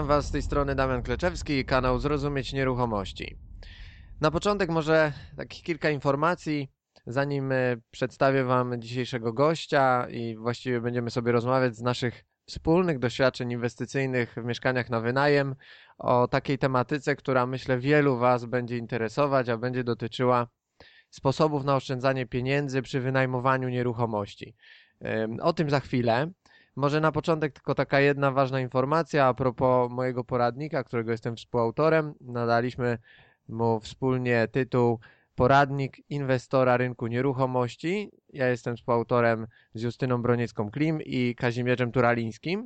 Witam Was z tej strony Damian Kleczewski, kanał Zrozumieć Nieruchomości. Na początek może takich kilka informacji, zanim przedstawię Wam dzisiejszego gościa i właściwie będziemy sobie rozmawiać z naszych wspólnych doświadczeń inwestycyjnych w mieszkaniach na wynajem o takiej tematyce, która myślę wielu Was będzie interesować, a będzie dotyczyła sposobów na oszczędzanie pieniędzy przy wynajmowaniu nieruchomości. O tym za chwilę. Może na początek tylko taka jedna ważna informacja a propos mojego poradnika, którego jestem współautorem. Nadaliśmy mu wspólnie tytuł Poradnik inwestora rynku nieruchomości. Ja jestem współautorem z Justyną Broniecką-Klim i Kazimierzem Turalińskim.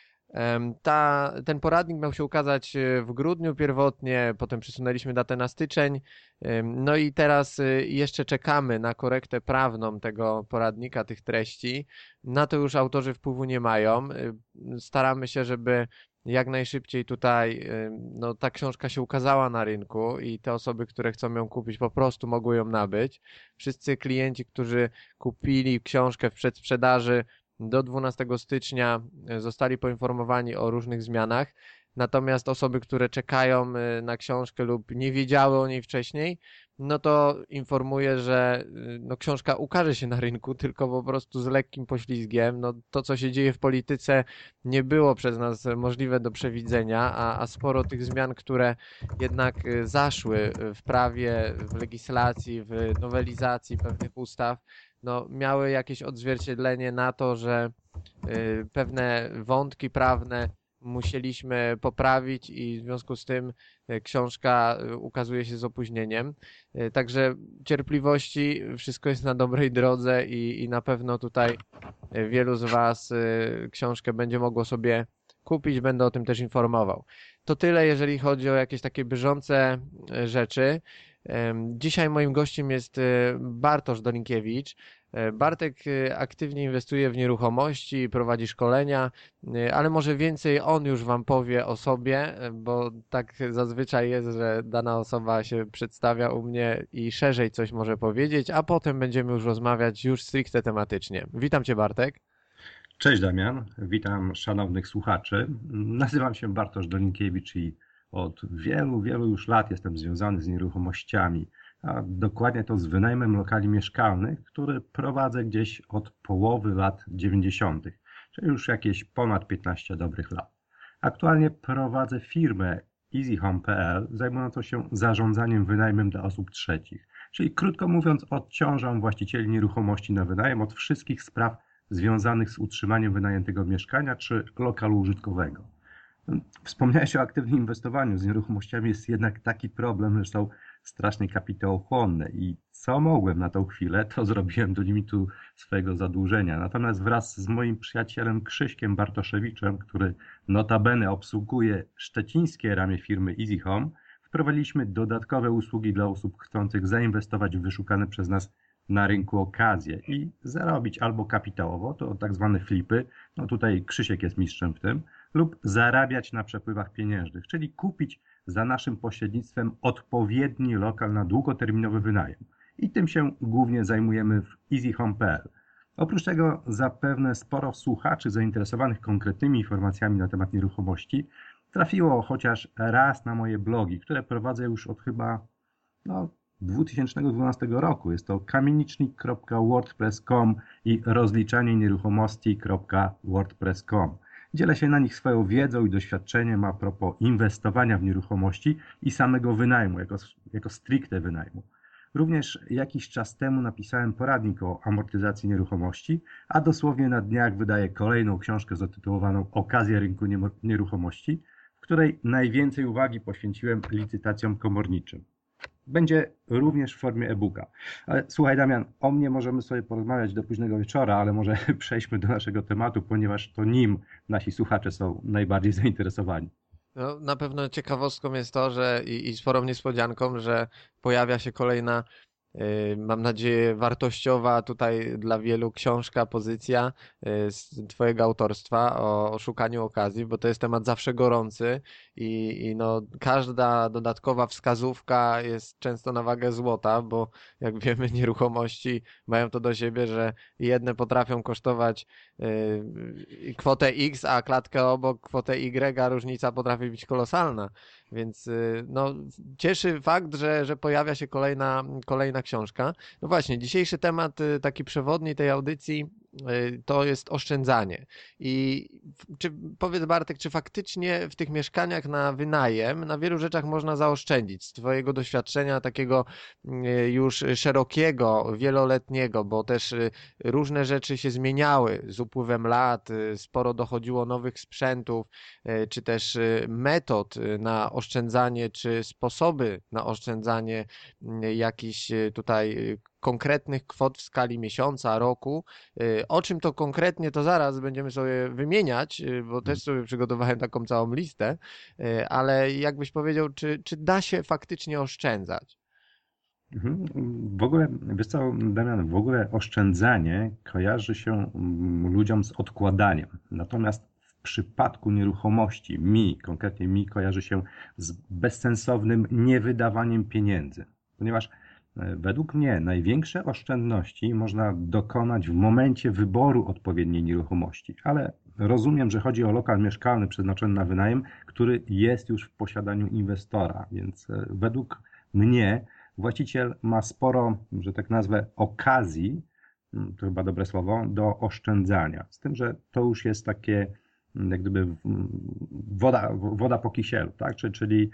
Ten poradnik miał się ukazać w grudniu pierwotnie, potem przesunęliśmy datę na styczeń. No i teraz jeszcze czekamy na korektę prawną tego poradnika, tych treści. Na to już autorzy wpływu nie mają. Staramy się, żeby jak najszybciej tutaj ta książka się ukazała na rynku i te osoby, które chcą ją kupić, po prostu mogły ją nabyć. Wszyscy klienci, którzy kupili książkę w przedsprzedaży do 12 stycznia zostali poinformowani o różnych zmianach, natomiast osoby, które czekają na książkę lub nie wiedziały o niej wcześniej, no to informuję, że książka ukaże się na rynku, tylko po prostu z lekkim poślizgiem. To, co się dzieje w polityce, nie było przez nas możliwe do przewidzenia, a sporo tych zmian, które jednak zaszły w prawie, w legislacji, w nowelizacji pewnych ustaw, miały jakieś odzwierciedlenie na to, że pewne wątki prawne musieliśmy poprawić i w związku z tym książka ukazuje się z opóźnieniem. Także cierpliwości, wszystko jest na dobrej drodze i na pewno tutaj wielu z Was książkę będzie mogło sobie kupić, będę o tym też informował. To tyle, jeżeli chodzi o jakieś takie bieżące rzeczy. Dzisiaj moim gościem jest Bartosz Dolinkiewicz. Bartek aktywnie inwestuje w nieruchomości, prowadzi szkolenia, ale może więcej on już Wam powie o sobie, bo tak zazwyczaj jest, że dana osoba się przedstawia u mnie i szerzej coś może powiedzieć, a potem będziemy już rozmawiać już stricte tematycznie. Witam Cię, Bartek. Cześć Damian, witam szanownych słuchaczy. Nazywam się Bartosz Dolinkiewicz i od wielu już lat jestem związany z nieruchomościami, a dokładnie to z wynajmem lokali mieszkalnych, który prowadzę gdzieś od połowy lat 90., czyli już jakieś ponad 15 dobrych lat. Aktualnie prowadzę firmę easyhome.pl zajmującą się zarządzaniem wynajmem dla osób trzecich, czyli krótko mówiąc odciążam właścicieli nieruchomości na wynajem od wszystkich spraw związanych z utrzymaniem wynajętego mieszkania czy lokalu użytkowego. Wspomniałeś o aktywnym inwestowaniu. Z nieruchomościami jest jednak taki problem, że są strasznie kapitałochłonne i co mogłem na tą chwilę, to zrobiłem do limitu swojego zadłużenia. Natomiast wraz z moim przyjacielem Krzyśkiem Bartoszewiczem, który notabene obsługuje szczecińskie ramię firmy EasyHome, wprowadziliśmy dodatkowe usługi dla osób chcących zainwestować w wyszukane przez nas na rynku okazje i zarobić albo kapitałowo, to tak zwane flipy, tutaj Krzysiek jest mistrzem w tym, lub zarabiać na przepływach pieniężnych, czyli kupić za naszym pośrednictwem odpowiedni lokal na długoterminowy wynajem. I tym się głównie zajmujemy w easyhome.pl. Oprócz tego zapewne sporo słuchaczy zainteresowanych konkretnymi informacjami na temat nieruchomości trafiło chociaż raz na moje blogi, które prowadzę już od chyba 2012 roku. Jest to kamienicznik.wordpress.com i rozliczanie-nieruchomości.wordpress.com. Dzielę się na nich swoją wiedzą i doświadczeniem a propos inwestowania w nieruchomości i samego wynajmu, jako stricte wynajmu. Również jakiś czas temu napisałem poradnik o amortyzacji nieruchomości, a dosłownie na dniach wydaję kolejną książkę zatytułowaną Okazja rynku nieruchomości, w której najwięcej uwagi poświęciłem licytacjom komorniczym. Będzie również w formie e-booka. Ale słuchaj Damian, o mnie możemy sobie porozmawiać do późnego wieczora, ale może przejdźmy do naszego tematu, ponieważ to nim nasi słuchacze są najbardziej zainteresowani. Na pewno ciekawostką jest to, że i sporą niespodzianką, że pojawia się kolejna, mam nadzieję, wartościowa tutaj dla wielu książka, pozycja z Twojego autorstwa o szukaniu okazji, bo to jest temat zawsze gorący i każda dodatkowa wskazówka jest często na wagę złota, bo jak wiemy, nieruchomości mają to do siebie, że jedne potrafią kosztować kwotę X, a klatkę obok kwotę Y, a różnica potrafi być kolosalna. Więc no, cieszy fakt, że pojawia się kolejna książka. No właśnie, dzisiejszy temat, taki przewodni tej audycji, to jest oszczędzanie. I powiedz Bartek, czy faktycznie w tych mieszkaniach na wynajem na wielu rzeczach można zaoszczędzić z twojego doświadczenia takiego już szerokiego, wieloletniego, bo też różne rzeczy się zmieniały z upływem lat, sporo dochodziło nowych sprzętów, czy też metod na oszczędzanie, czy sposoby na oszczędzanie jakichś tutaj konkretnych kwot w skali miesiąca, roku. O czym to konkretnie, to zaraz będziemy sobie wymieniać, bo też sobie przygotowałem taką całą listę, ale jakbyś powiedział, czy da się faktycznie oszczędzać? Mhm. W ogóle, wiesz co, Damian, w ogóle oszczędzanie kojarzy się ludziom z odkładaniem. Natomiast w przypadku nieruchomości, konkretnie mi, kojarzy się z bezsensownym niewydawaniem pieniędzy. Ponieważ według mnie największe oszczędności można dokonać w momencie wyboru odpowiedniej nieruchomości. Ale rozumiem, że chodzi o lokal mieszkalny przeznaczony na wynajem, który jest już w posiadaniu inwestora, więc według mnie właściciel ma sporo, że tak nazwę, okazji, to chyba dobre słowo, do oszczędzania. Z tym, że to już jest takie jak gdyby woda po kisielu, tak? Czyli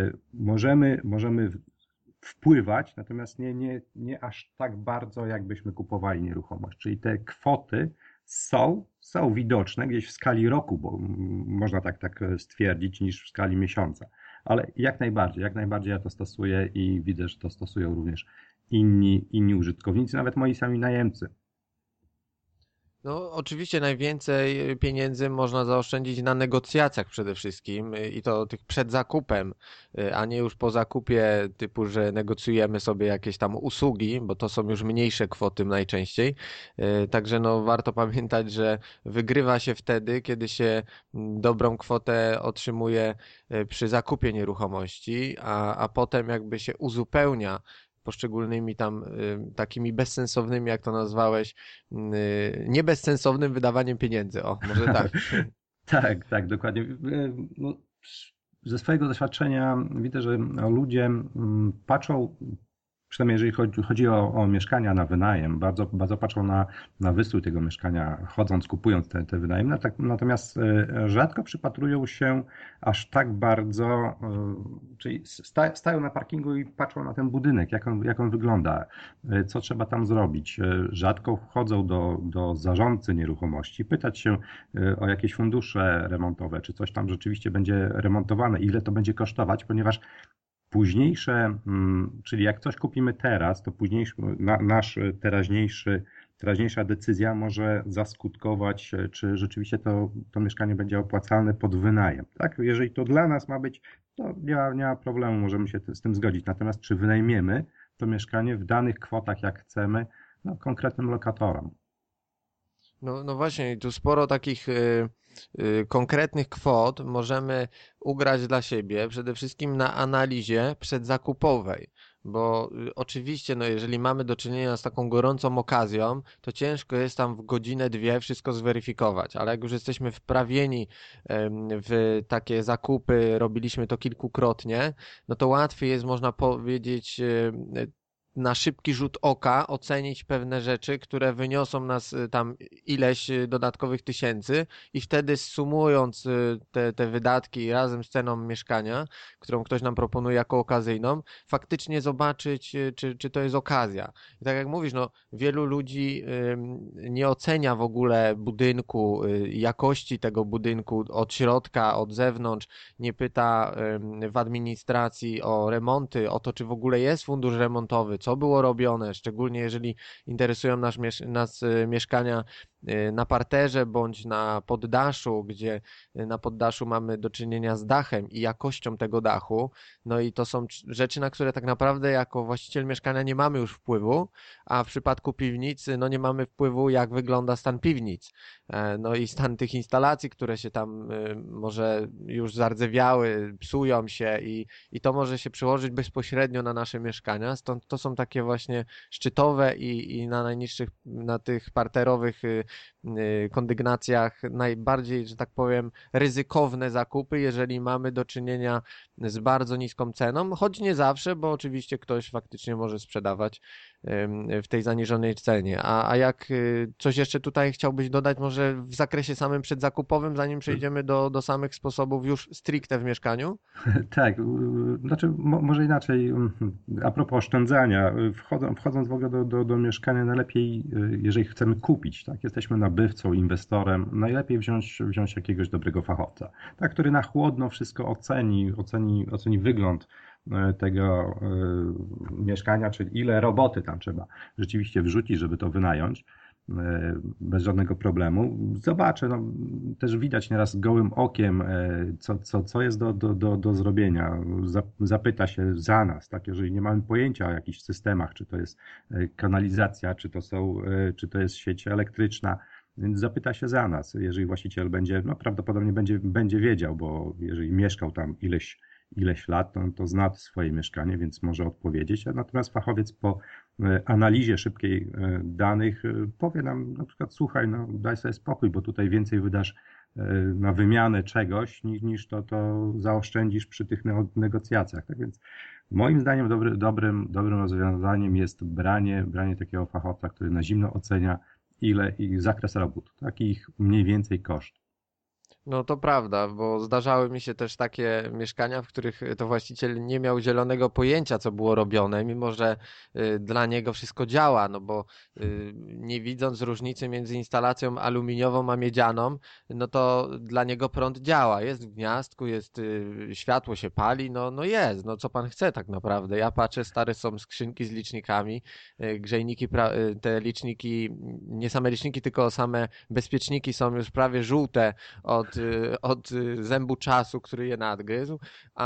możemy wpływać, natomiast nie aż tak bardzo, jakbyśmy kupowali nieruchomość. Czyli te kwoty są widoczne gdzieś w skali roku, bo można tak stwierdzić, niż w skali miesiąca. Ale jak najbardziej ja to stosuję i widzę, że to stosują również inni użytkownicy, nawet moi sami najemcy. No, oczywiście najwięcej pieniędzy można zaoszczędzić na negocjacjach przede wszystkim i to tych przed zakupem, a nie już po zakupie typu, że negocjujemy sobie jakieś tam usługi, bo to są już mniejsze kwoty najczęściej. Także no, warto pamiętać, że wygrywa się wtedy, kiedy się dobrą kwotę otrzymuje przy zakupie nieruchomości, a potem jakby się uzupełnia poszczególnymi tam takimi bezsensownymi, jak to nazwałeś, niebezsensownym wydawaniem pieniędzy. O, może tak. Tak, dokładnie. No, ze swojego doświadczenia widzę, że ludzie patrzą, przynajmniej jeżeli chodzi o mieszkania na wynajem, bardzo patrzą na wystrój tego mieszkania, chodząc, kupując te wynajem. Natomiast rzadko przypatrują się aż tak bardzo, czyli stają na parkingu i patrzą na ten budynek, jak on wygląda, co trzeba tam zrobić. Rzadko wchodzą do zarządcy nieruchomości, pytać się o jakieś fundusze remontowe, czy coś tam rzeczywiście będzie remontowane, ile to będzie kosztować, ponieważ późniejsze, czyli jak coś kupimy teraz, to późniejszy, nasz teraźniejsza decyzja może zaskutkować, czy rzeczywiście to mieszkanie będzie opłacalne pod wynajem. Tak? Jeżeli to dla nas ma być, to nie ma problemu, możemy się z tym zgodzić. Natomiast czy wynajmiemy to mieszkanie w danych kwotach, jak chcemy, no, konkretnym lokatorom. No właśnie, tu sporo takich konkretnych kwot możemy ugrać dla siebie, przede wszystkim na analizie przedzakupowej, bo oczywiście, no jeżeli mamy do czynienia z taką gorącą okazją, to ciężko jest tam w godzinę, dwie wszystko zweryfikować, ale jak już jesteśmy wprawieni w takie zakupy, robiliśmy to kilkukrotnie, no to łatwiej jest, można powiedzieć, na szybki rzut oka ocenić pewne rzeczy, które wyniosą nas tam ileś dodatkowych tysięcy i wtedy sumując te wydatki razem z ceną mieszkania, którą ktoś nam proponuje jako okazyjną, faktycznie zobaczyć, czy to jest okazja. I tak jak mówisz, no, wielu ludzi nie ocenia w ogóle budynku, jakości tego budynku od środka, od zewnątrz, nie pyta w administracji o remonty, o to, czy w ogóle jest fundusz remontowy, co było robione, szczególnie jeżeli interesują nas mieszkania na parterze bądź na poddaszu, gdzie na poddaszu mamy do czynienia z dachem i jakością tego dachu. No i to są rzeczy, na które tak naprawdę jako właściciel mieszkania nie mamy już wpływu, a w przypadku piwnicy no nie mamy wpływu, jak wygląda stan piwnic. No i stan tych instalacji, które się tam może już zardzewiały, psują się i to może się przełożyć bezpośrednio na nasze mieszkania. Stąd to są takie właśnie szczytowe i na najniższych, na tych parterowych kondygnacjach najbardziej, że tak powiem, ryzykowne zakupy, jeżeli mamy do czynienia z bardzo niską ceną, choć nie zawsze, bo oczywiście ktoś faktycznie może sprzedawać w tej zaniżonej cenie. A jak coś jeszcze tutaj chciałbyś dodać, może w zakresie samym przedzakupowym, zanim przejdziemy do samych sposobów już stricte w mieszkaniu? Tak, znaczy może inaczej, a propos oszczędzania, wchodząc w ogóle do mieszkania, najlepiej, jeżeli chcemy kupić, tak, jesteśmy nabywcą, inwestorem, najlepiej wziąć jakiegoś dobrego fachowca, tak, który na chłodno wszystko oceni wygląd tego mieszkania, czyli ile roboty tam trzeba rzeczywiście wrzucić, żeby to wynająć bez żadnego problemu. Zobaczę, no, też widać nieraz gołym okiem, co jest do zrobienia. Zapyta się za nas, tak? Jeżeli nie mamy pojęcia o jakichś systemach, czy to jest kanalizacja, czy to jest sieć elektryczna, więc zapyta się za nas. Jeżeli właściciel będzie, no prawdopodobnie będzie wiedział, bo jeżeli mieszkał tam ileś lat, to zna swoje mieszkanie, więc może odpowiedzieć. Natomiast fachowiec po analizie szybkiej danych powie nam na przykład: słuchaj, no daj sobie spokój, bo tutaj więcej wydasz na wymianę czegoś, niż to zaoszczędzisz przy tych negocjacjach. Tak więc moim zdaniem dobrym rozwiązaniem jest branie takiego fachowca, który na zimno ocenia ile i zakres robót, takich mniej więcej koszt. No to prawda, bo zdarzały mi się też takie mieszkania, w których to właściciel nie miał zielonego pojęcia, co było robione, mimo że dla niego wszystko działa, no bo nie widząc różnicy między instalacją aluminiową a miedzianą, no to dla niego prąd działa. Jest w gniazdku, jest światło się pali, no jest, no co pan chce tak naprawdę. Ja patrzę, stare są skrzynki z licznikami, grzejniki, te liczniki, nie same liczniki, tylko same bezpieczniki są już prawie żółte od zębu czasu, który je nadgryzł,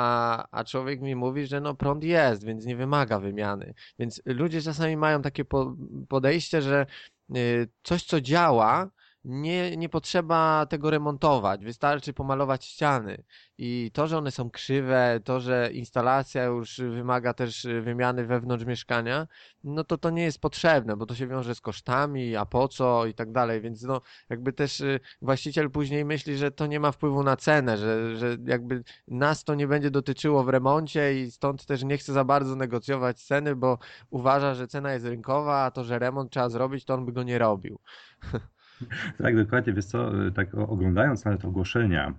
a człowiek mi mówi, że no prąd jest, więc nie wymaga wymiany. Więc ludzie czasami mają takie podejście, że coś, co działa, nie potrzeba tego remontować, wystarczy pomalować ściany. I to, że one są krzywe, to, że instalacja już wymaga też wymiany wewnątrz mieszkania, no to nie jest potrzebne, bo to się wiąże z kosztami, a po co i tak dalej. Więc no jakby też właściciel później myśli, że to nie ma wpływu na cenę, że jakby nas to nie będzie dotyczyło w remoncie i stąd też nie chce za bardzo negocjować ceny, bo uważa, że cena jest rynkowa, a to, że remont trzeba zrobić, to on by go nie robił. Tak, dokładnie. Wiesz co, tak oglądając nawet ogłoszenia,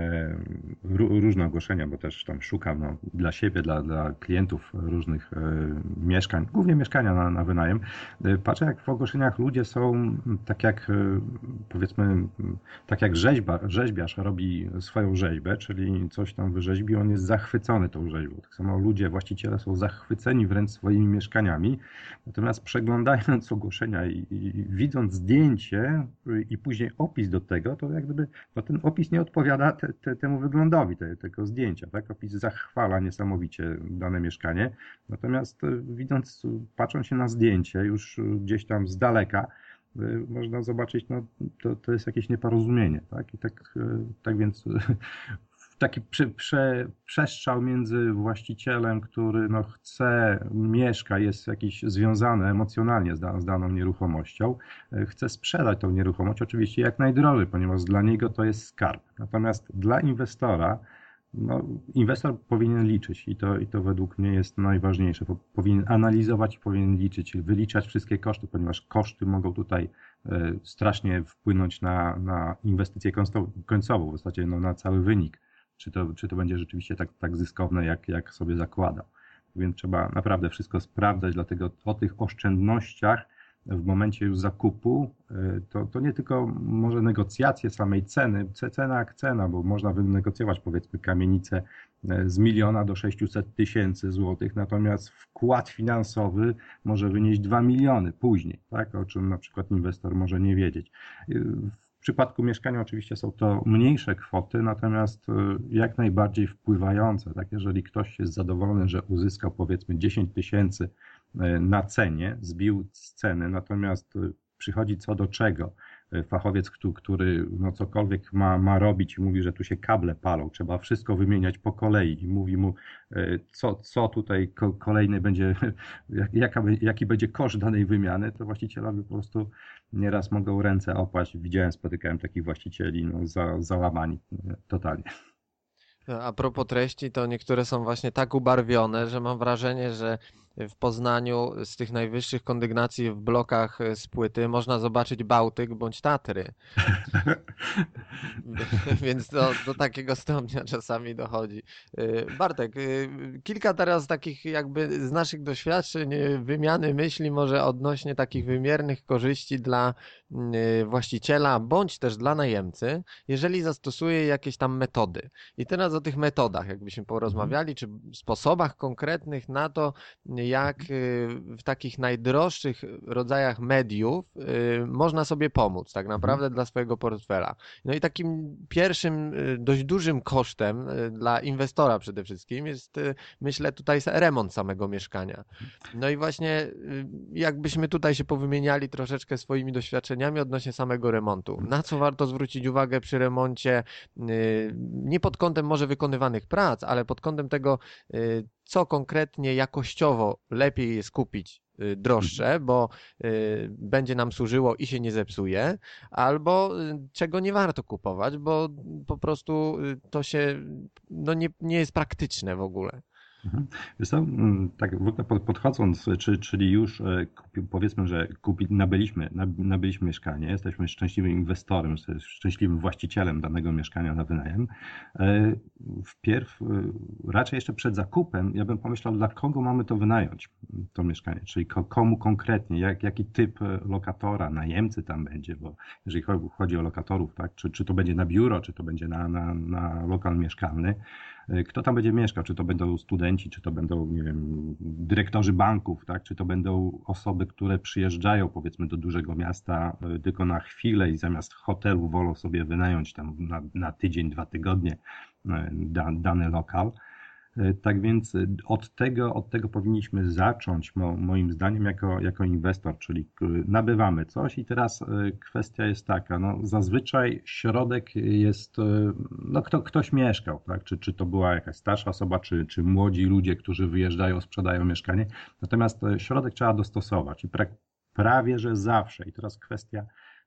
różne ogłoszenia, bo też tam szukam no, dla siebie, dla klientów różnych mieszkań, głównie mieszkania na wynajem, patrzę jak w ogłoszeniach ludzie są tak jak powiedzmy, tak jak rzeźbiarz robi swoją rzeźbę, czyli coś tam wyrzeźbi, on jest zachwycony tą rzeźbą. Tak samo ludzie, właściciele są zachwyceni wręcz swoimi mieszkaniami, natomiast przeglądając ogłoszenia i widząc zdjęcie, i później opis do tego, to jak gdyby no ten opis nie odpowiada temu wyglądowi tego zdjęcia. Tak? Opis zachwala niesamowicie dane mieszkanie, natomiast patrząc się na zdjęcie już gdzieś tam z daleka, można zobaczyć, no to jest jakieś nieporozumienie. Tak? I tak więc taki przestrzał między właścicielem, który no mieszka, jest jakiś związany emocjonalnie z daną nieruchomością, chce sprzedać tą nieruchomość, oczywiście jak najdrożej, ponieważ dla niego to jest skarb. Natomiast dla inwestora, no, inwestor powinien liczyć i to według mnie jest najważniejsze. Powinien analizować, powinien liczyć, wyliczać wszystkie koszty, ponieważ koszty mogą tutaj strasznie wpłynąć na inwestycję końcową, w zasadzie no, na cały wynik. Czy to będzie rzeczywiście tak zyskowne, jak sobie zakładał. Więc trzeba naprawdę wszystko sprawdzać, dlatego o tych oszczędnościach w momencie już zakupu, to nie tylko może negocjacje samej ceny, cena jak cena, bo można wynegocjować powiedzmy kamienicę z 1 000 000 do 600 000 złotych, natomiast wkład finansowy może wynieść 2 miliony później, tak? O czym na przykład inwestor może nie wiedzieć. W przypadku mieszkania oczywiście są to mniejsze kwoty, natomiast jak najbardziej wpływające. Tak? Jeżeli ktoś jest zadowolony, że uzyskał powiedzmy 10 000 na cenie, zbił z ceny, natomiast przychodzi co do czego, fachowiec, który no cokolwiek ma robić i mówi, że tu się kable palą, trzeba wszystko wymieniać po kolei i mówi mu, co tutaj kolejny będzie, jaki będzie koszt danej wymiany, to właścicielowi po prostu nieraz mogą ręce opaść. Spotykałem takich właścicieli, no, załamani totalnie. A propos treści, to niektóre są właśnie tak ubarwione, że mam wrażenie, że w Poznaniu z tych najwyższych kondygnacji w blokach z płyty można zobaczyć Bałtyk bądź Tatry. Więc do takiego stopnia czasami dochodzi. Bartek, kilka teraz takich jakby z naszych doświadczeń, wymiany myśli może odnośnie takich wymiernych korzyści dla właściciela bądź też dla najemcy, jeżeli zastosuje jakieś tam metody. I teraz o tych metodach jakbyśmy Mhm. porozmawiali, czy sposobach konkretnych na to, jak w takich najdroższych rodzajach mediów można sobie pomóc tak Mhm. naprawdę dla swojego portfela. No i takim pierwszym dość dużym kosztem dla inwestora przede wszystkim jest, myślę, tutaj remont samego mieszkania. No i właśnie jakbyśmy tutaj się powymieniali troszeczkę swoimi doświadczeniami odnośnie samego remontu. Na co warto zwrócić uwagę przy remoncie, nie pod kątem może wykonywanych prac, ale pod kątem tego, co konkretnie jakościowo lepiej jest kupić Mhm. droższe, bo będzie nam służyło i się nie zepsuje, albo czego nie warto kupować, bo po prostu to się no nie jest praktyczne w ogóle. Mhm. Wiesz co, tak w ogóle podchodząc, czyli już powiedzmy, że nabyliśmy mieszkanie, jesteśmy szczęśliwym inwestorem, szczęśliwym właścicielem danego mieszkania na wynajem. e, Wpierw, raczej jeszcze przed zakupem, ja bym pomyślał, dla kogo mamy to wynająć, to mieszkanie, czyli komu konkretnie, jaki typ lokatora, najemcy tam będzie, bo jeżeli chodzi o lokatorów, tak, czy to będzie na biuro, czy to będzie na lokal mieszkalny. Kto tam będzie mieszkał? Czy to będą studenci, czy to będą, nie wiem, dyrektorzy banków, tak? Czy to będą osoby, które przyjeżdżają, powiedzmy, do dużego miasta tylko na chwilę i zamiast hotelu wolą sobie wynająć tam na tydzień, 2 tygodnie dany lokal. Tak więc od tego powinniśmy zacząć, moim zdaniem, jako inwestor, czyli nabywamy coś i teraz kwestia jest taka, no zazwyczaj środek jest, no ktoś mieszkał, tak? Czy to była jakaś starsza osoba, czy młodzi ludzie, którzy wyjeżdżają, sprzedają mieszkanie, natomiast środek trzeba dostosować i prawie, że zawsze. I teraz kwestia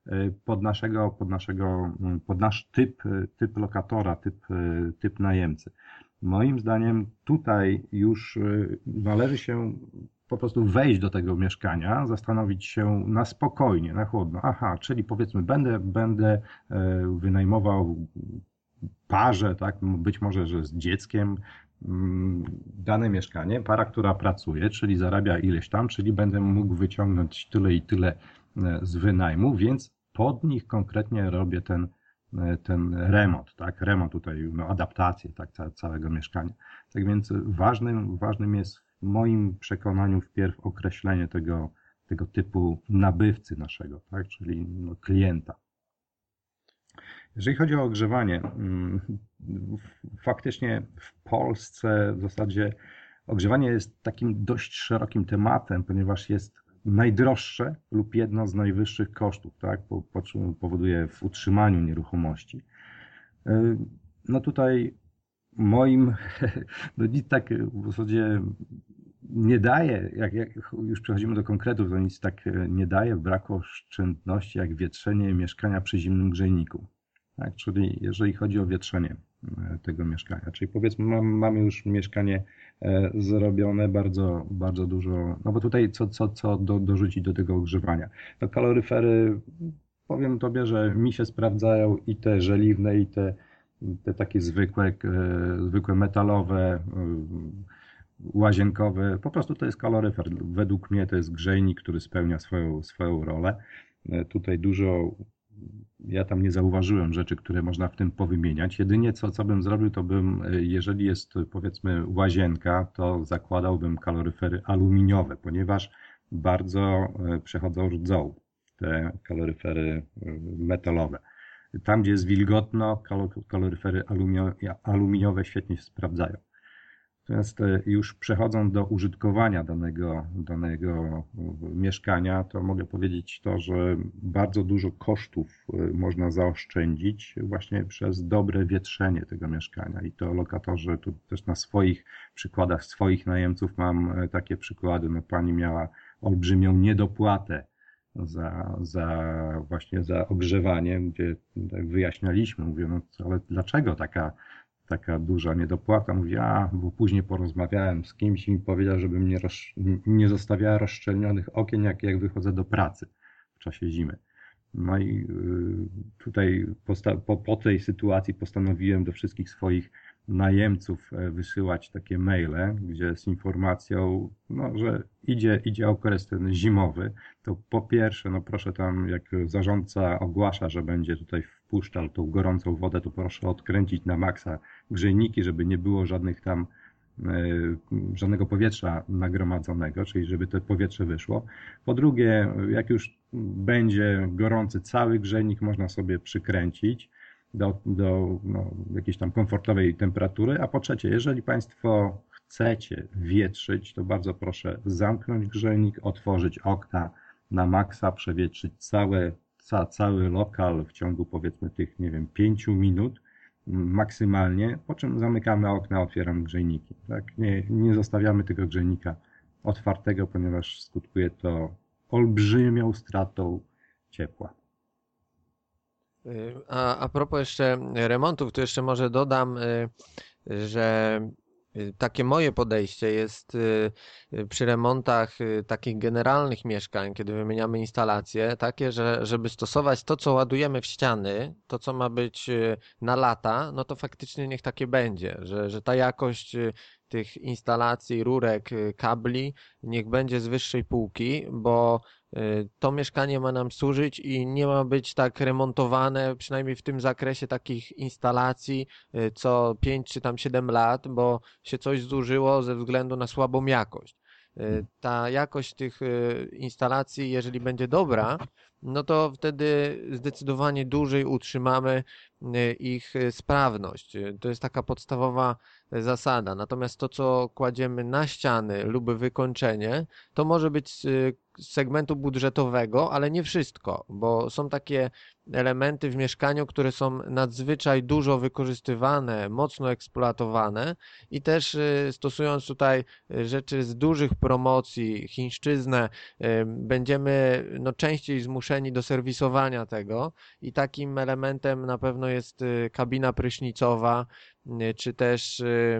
pod nasz typ lokatora, typ najemcy. Moim zdaniem tutaj już należy się po prostu wejść do tego mieszkania, zastanowić się na spokojnie, na chłodno. Aha, czyli powiedzmy będę wynajmował parze, tak, być może, że z dzieckiem dane mieszkanie, para, która pracuje, czyli zarabia ileś tam, czyli będę mógł wyciągnąć tyle i tyle z wynajmu, więc pod nich konkretnie robię ten remont, tak, remont tutaj, no, adaptację, tak, całego mieszkania. Tak więc ważnym jest w moim przekonaniu wpierw określenie tego typu nabywcy naszego, tak, czyli no, klienta. Jeżeli chodzi o ogrzewanie, faktycznie w Polsce w zasadzie ogrzewanie jest takim dość szerokim tematem, ponieważ jest najdroższe lub jedno z najwyższych kosztów, tak? Po czym powoduje w utrzymaniu nieruchomości. No tutaj moim, no nic tak w zasadzie nie daje, jak już przechodzimy do konkretów, to nic tak nie daje w braku oszczędności jak wietrzenie mieszkania przy zimnym grzejniku. Tak, czyli jeżeli chodzi o wietrzenie tego mieszkania, czyli powiedzmy mamy już mieszkanie zrobione, bardzo, bardzo dużo, no bo tutaj co dorzucić do tego ogrzewania? No kaloryfery, powiem tobie, że mi się sprawdzają i te żeliwne, i te takie zwykłe metalowe, łazienkowe, po prostu to jest kaloryfer. Według mnie to jest grzejnik, który spełnia swoją rolę. Tutaj dużo ja tam nie zauważyłem rzeczy, które można w tym powymieniać. Jedynie co bym zrobił, to bym, jeżeli jest powiedzmy łazienka, to zakładałbym kaloryfery aluminiowe, ponieważ bardzo przechodzą rdzą te kaloryfery metalowe. Tam, gdzie jest wilgotno, kaloryfery aluminiowe świetnie się sprawdzają. Natomiast już przechodząc do użytkowania danego mieszkania, to mogę powiedzieć to, że bardzo dużo kosztów można zaoszczędzić właśnie przez dobre wietrzenie tego mieszkania. I to lokatorzy, tu też na swoich przykładach, swoich najemców mam takie przykłady. No, pani miała olbrzymią niedopłatę właśnie za ogrzewanie, gdzie tak wyjaśnialiśmy, mówię, no ale dlaczego taka duża niedopłata? Mówi, bo później porozmawiałem z kimś i mi powiedział, żebym nie zostawiała rozszczelnionych okien, jak wychodzę do pracy w czasie zimy. No i tutaj po tej sytuacji postanowiłem do wszystkich swoich najemców wysyłać takie maile, gdzie z informacją, no, że idzie okres ten zimowy, to po pierwsze, no proszę tam, jak zarządca ogłasza, że będzie tutaj wpuszczał tą gorącą wodę, to proszę odkręcić na maksa grzejniki, żeby nie było żadnego powietrza nagromadzonego, czyli żeby to powietrze wyszło. Po drugie, jak już będzie gorący cały grzejnik, można sobie przykręcić do jakiejś tam komfortowej temperatury. A po trzecie, jeżeli Państwo chcecie wietrzyć, to bardzo proszę zamknąć grzejnik, otworzyć okna na maksa, przewietrzyć cały lokal w ciągu, powiedzmy, tych, nie wiem, 5 minut maksymalnie, po czym zamykamy okna, otwieramy grzejniki. Tak? Nie zostawiamy tego grzejnika otwartego, ponieważ skutkuje to olbrzymią stratą ciepła. A propos jeszcze remontów, to jeszcze może dodam, że takie moje podejście jest przy remontach takich generalnych mieszkań, kiedy wymieniamy instalacje, takie, że żeby stosować to, co ładujemy w ściany, to, co ma być na lata, no to faktycznie niech takie będzie, że ta jakość tych instalacji, rurek, kabli niech będzie z wyższej półki, bo to mieszkanie ma nam służyć i nie ma być tak remontowane, przynajmniej w tym zakresie takich instalacji co 5 czy tam 7 lat, bo się coś zużyło ze względu na słabą jakość. Ta jakość tych instalacji, jeżeli będzie dobra, no to wtedy zdecydowanie dłużej utrzymamy ich sprawność. To jest taka podstawowa zasada. Natomiast to, co kładziemy na ściany lub wykończenie, to może być z segmentu budżetowego, ale nie wszystko, bo są takie elementy w mieszkaniu, które są nadzwyczaj dużo wykorzystywane, mocno eksploatowane i też stosując tutaj rzeczy z dużych promocji, chińszczyznę, będziemy no, częściej zmuszeni do serwisowania tego i takim elementem na pewno jest kabina prysznicowa, czy też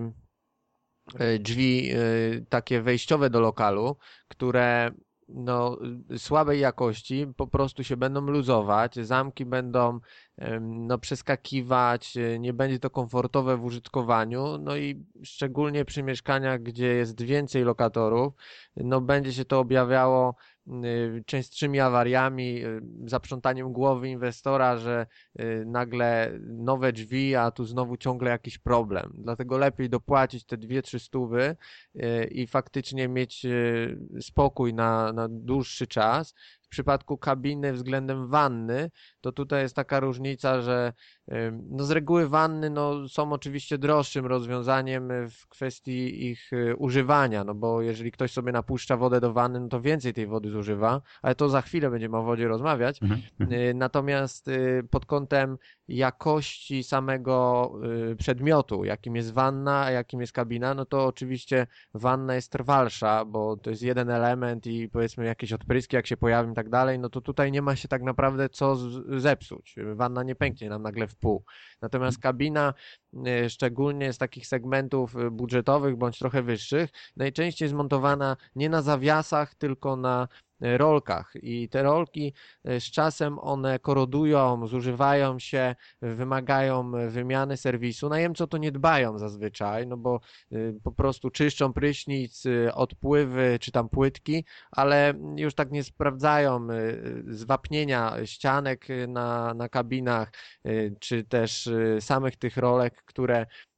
drzwi takie wejściowe do lokalu, które no, słabej jakości po prostu się będą luzować, zamki będą no, przeskakiwać, nie będzie to komfortowe w użytkowaniu, no i szczególnie przy mieszkaniach, gdzie jest więcej lokatorów, no będzie się to objawiało częstszymi awariami, zaprzątaniem głowy inwestora, że nagle nowe drzwi, a tu znowu ciągle jakiś problem. Dlatego lepiej dopłacić te 2-3 stówy i faktycznie mieć spokój na dłuższy czas. W przypadku kabiny względem wanny, to tutaj jest taka różnica, że no z reguły wanny no, są oczywiście droższym rozwiązaniem w kwestii ich używania, no bo jeżeli ktoś sobie napuszcza wodę do wanny, no to więcej tej wody zużywa, ale to za chwilę będziemy o wodzie rozmawiać. Natomiast pod kątem jakości samego przedmiotu, jakim jest wanna, a jakim jest kabina, no to oczywiście wanna jest trwalsza, bo to jest jeden element i powiedzmy jakieś odpryski, jak się pojawią i tak dalej, no to tutaj nie ma się tak naprawdę co zepsuć. Wanna nie pęknie nam nagle w pół. Natomiast kabina, szczególnie z takich segmentów budżetowych bądź trochę wyższych, najczęściej jest montowana nie na zawiasach, tylko na rolkach i te rolki z czasem one korodują, zużywają się, wymagają wymiany serwisu. Najemcy o to nie dbają zazwyczaj, no bo po prostu czyszczą prysznic, odpływy czy tam płytki, ale już tak nie sprawdzają zwapnienia ścianek na kabinach, czy też samych tych rolek, które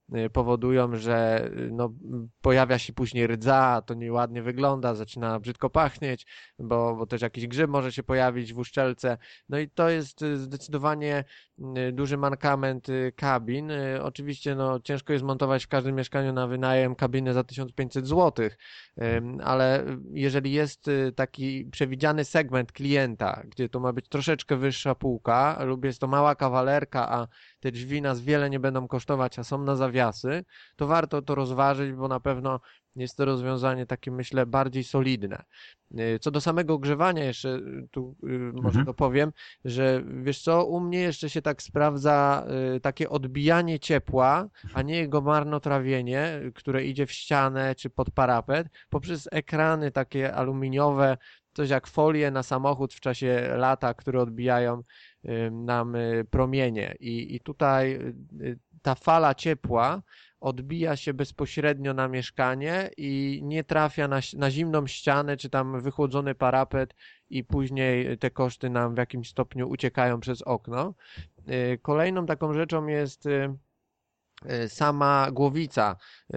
powodują, że no, pojawia się później rdza, to nieładnie wygląda, zaczyna brzydko pachnieć, bo też jakiś grzyb może się pojawić w uszczelce. No i to jest zdecydowanie duży mankament kabin. Oczywiście no, ciężko jest montować w każdym mieszkaniu na wynajem kabiny za 1500 zł, ale jeżeli jest taki przewidziany segment klienta, gdzie to ma być troszeczkę wyższa półka lub jest to mała kawalerka, a te drzwi nas wiele nie będą kosztować, a są na zawiasy, to warto to rozważyć, bo na pewno jest to rozwiązanie takie, myślę, bardziej solidne. Co do samego ogrzewania jeszcze tu może Mhm. dopowiem, że wiesz co, u mnie jeszcze się tak sprawdza takie odbijanie ciepła, a nie jego marnotrawienie, które idzie w ścianę czy pod parapet, poprzez ekrany takie aluminiowe, coś jak folie na samochód w czasie lata, które odbijają nam promienie. I tutaj ta fala ciepła odbija się bezpośrednio na mieszkanie i nie trafia na zimną ścianę czy tam wychłodzony parapet i później te koszty nam w jakimś stopniu uciekają przez okno. Kolejną taką rzeczą jest sama głowica,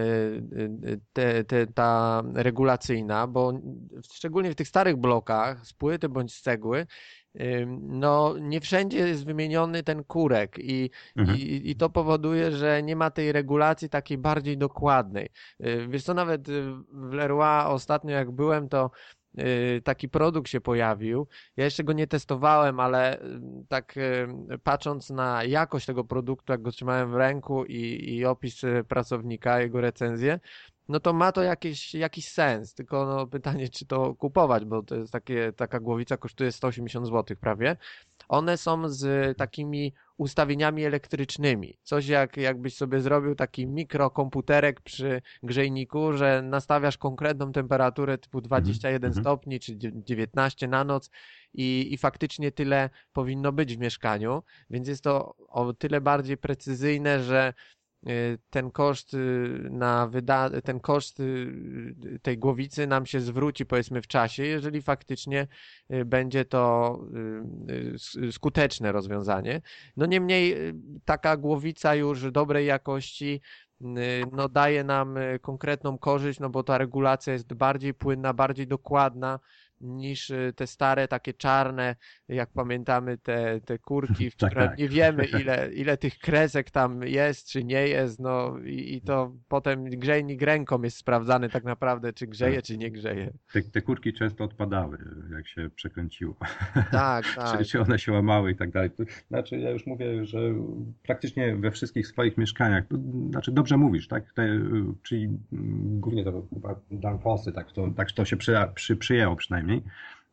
ta regulacyjna, bo szczególnie w tych starych blokach z płyty bądź z cegły, no nie wszędzie jest wymieniony ten kurek Mhm. i to powoduje, że nie ma tej regulacji takiej bardziej dokładnej. Wiesz co, nawet w Leroy ostatnio jak byłem, to taki produkt się pojawił. Ja jeszcze go nie testowałem, ale tak patrząc na jakość tego produktu, jak go trzymałem w ręku i opis pracownika, jego recenzję, no to ma to jakiś sens. Tylko no, pytanie, czy to kupować, bo to jest taka głowica kosztuje 180 zł prawie. One są z takimi ustawieniami elektrycznymi. Coś jakbyś sobie zrobił taki mikrokomputerek przy grzejniku, że nastawiasz konkretną temperaturę typu Mhm. 21 Mhm. stopni czy 19 na noc i faktycznie tyle powinno być w mieszkaniu, więc jest to o tyle bardziej precyzyjne, że ten koszt ten koszt tej głowicy nam się zwróci powiedzmy w czasie, jeżeli faktycznie będzie to skuteczne rozwiązanie. No niemniej taka głowica już dobrej jakości no daje nam konkretną korzyść, no bo ta regulacja jest bardziej płynna, bardziej dokładna niż te stare, takie czarne, jak pamiętamy te kurki, w Tak, które tak. nie wiemy ile tych kresek tam jest, czy nie jest, no i to potem grzejnik ręką jest sprawdzany tak naprawdę, czy grzeje, Tak. czy nie grzeje. Te kurki często odpadały, jak się przekręciło. Tak, Czy, tak. czy one się łamały i tak dalej. Znaczy, ja już mówię, że praktycznie we wszystkich swoich mieszkaniach, znaczy dobrze mówisz, tak? Czyli głównie to chyba Danfossy, tak to się przyjęło przynajmniej.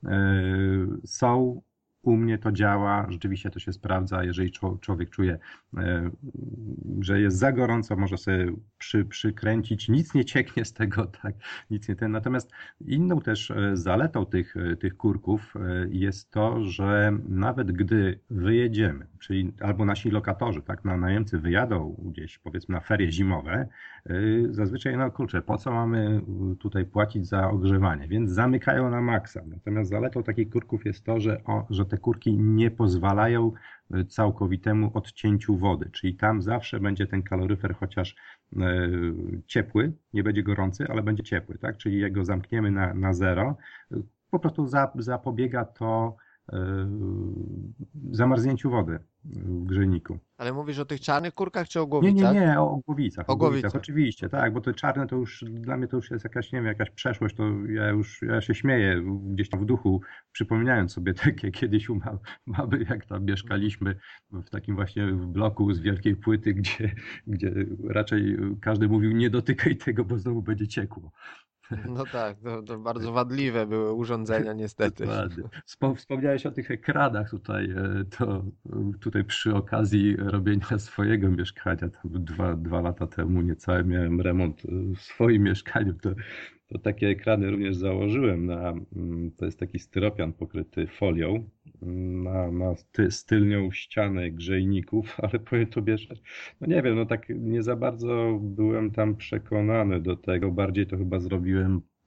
Są u mnie to działa, rzeczywiście to się sprawdza, jeżeli człowiek czuje, że jest za gorąco, może sobie przykręcić, nic nie cieknie z tego, tak, nic nie ten. Natomiast inną też zaletą tych kurków jest to, że nawet gdy wyjedziemy, czyli albo nasi lokatorzy, tak, najemcy wyjadą gdzieś, powiedzmy na ferie zimowe, zazwyczaj, no kurczę, po co mamy tutaj płacić za ogrzewanie, więc zamykają na maksa. Natomiast zaletą takich kurków jest to, że te kurki nie pozwalają całkowitemu odcięciu wody, czyli tam zawsze będzie ten kaloryfer chociaż ciepły, nie będzie gorący, ale będzie ciepły, tak? Czyli jak go zamkniemy na zero, po prostu zapobiega to zamarznięciu wody w grzejniku. Ale mówisz o tych czarnych kurkach czy o Nie, nie, głowicach? nie, o O głowicach, głowicach. oczywiście, tak, bo te czarne to już, dla mnie to już jest jakaś, nie wiem, jakaś przeszłość, to ja się śmieję gdzieś tam w duchu, przypominając sobie takie kiedyś u mamy, jak tam mieszkaliśmy w takim właśnie bloku z wielkiej płyty, gdzie raczej każdy mówił, nie dotykaj tego, bo znowu będzie ciekło. No tak, to bardzo wadliwe były urządzenia niestety. Dokładnie. Wspomniałeś o tych ekranach tutaj, to tutaj przy okazji robienia swojego mieszkania, tam dwa lata temu niecałe miałem remont w swoim mieszkaniu, to takie ekrany również założyłem to jest taki styropian pokryty folią, z tylnią ścianę grzejników, ale powiem tobie, że no nie wiem, no tak nie za bardzo byłem tam przekonany do tego, bardziej to chyba zrobiłem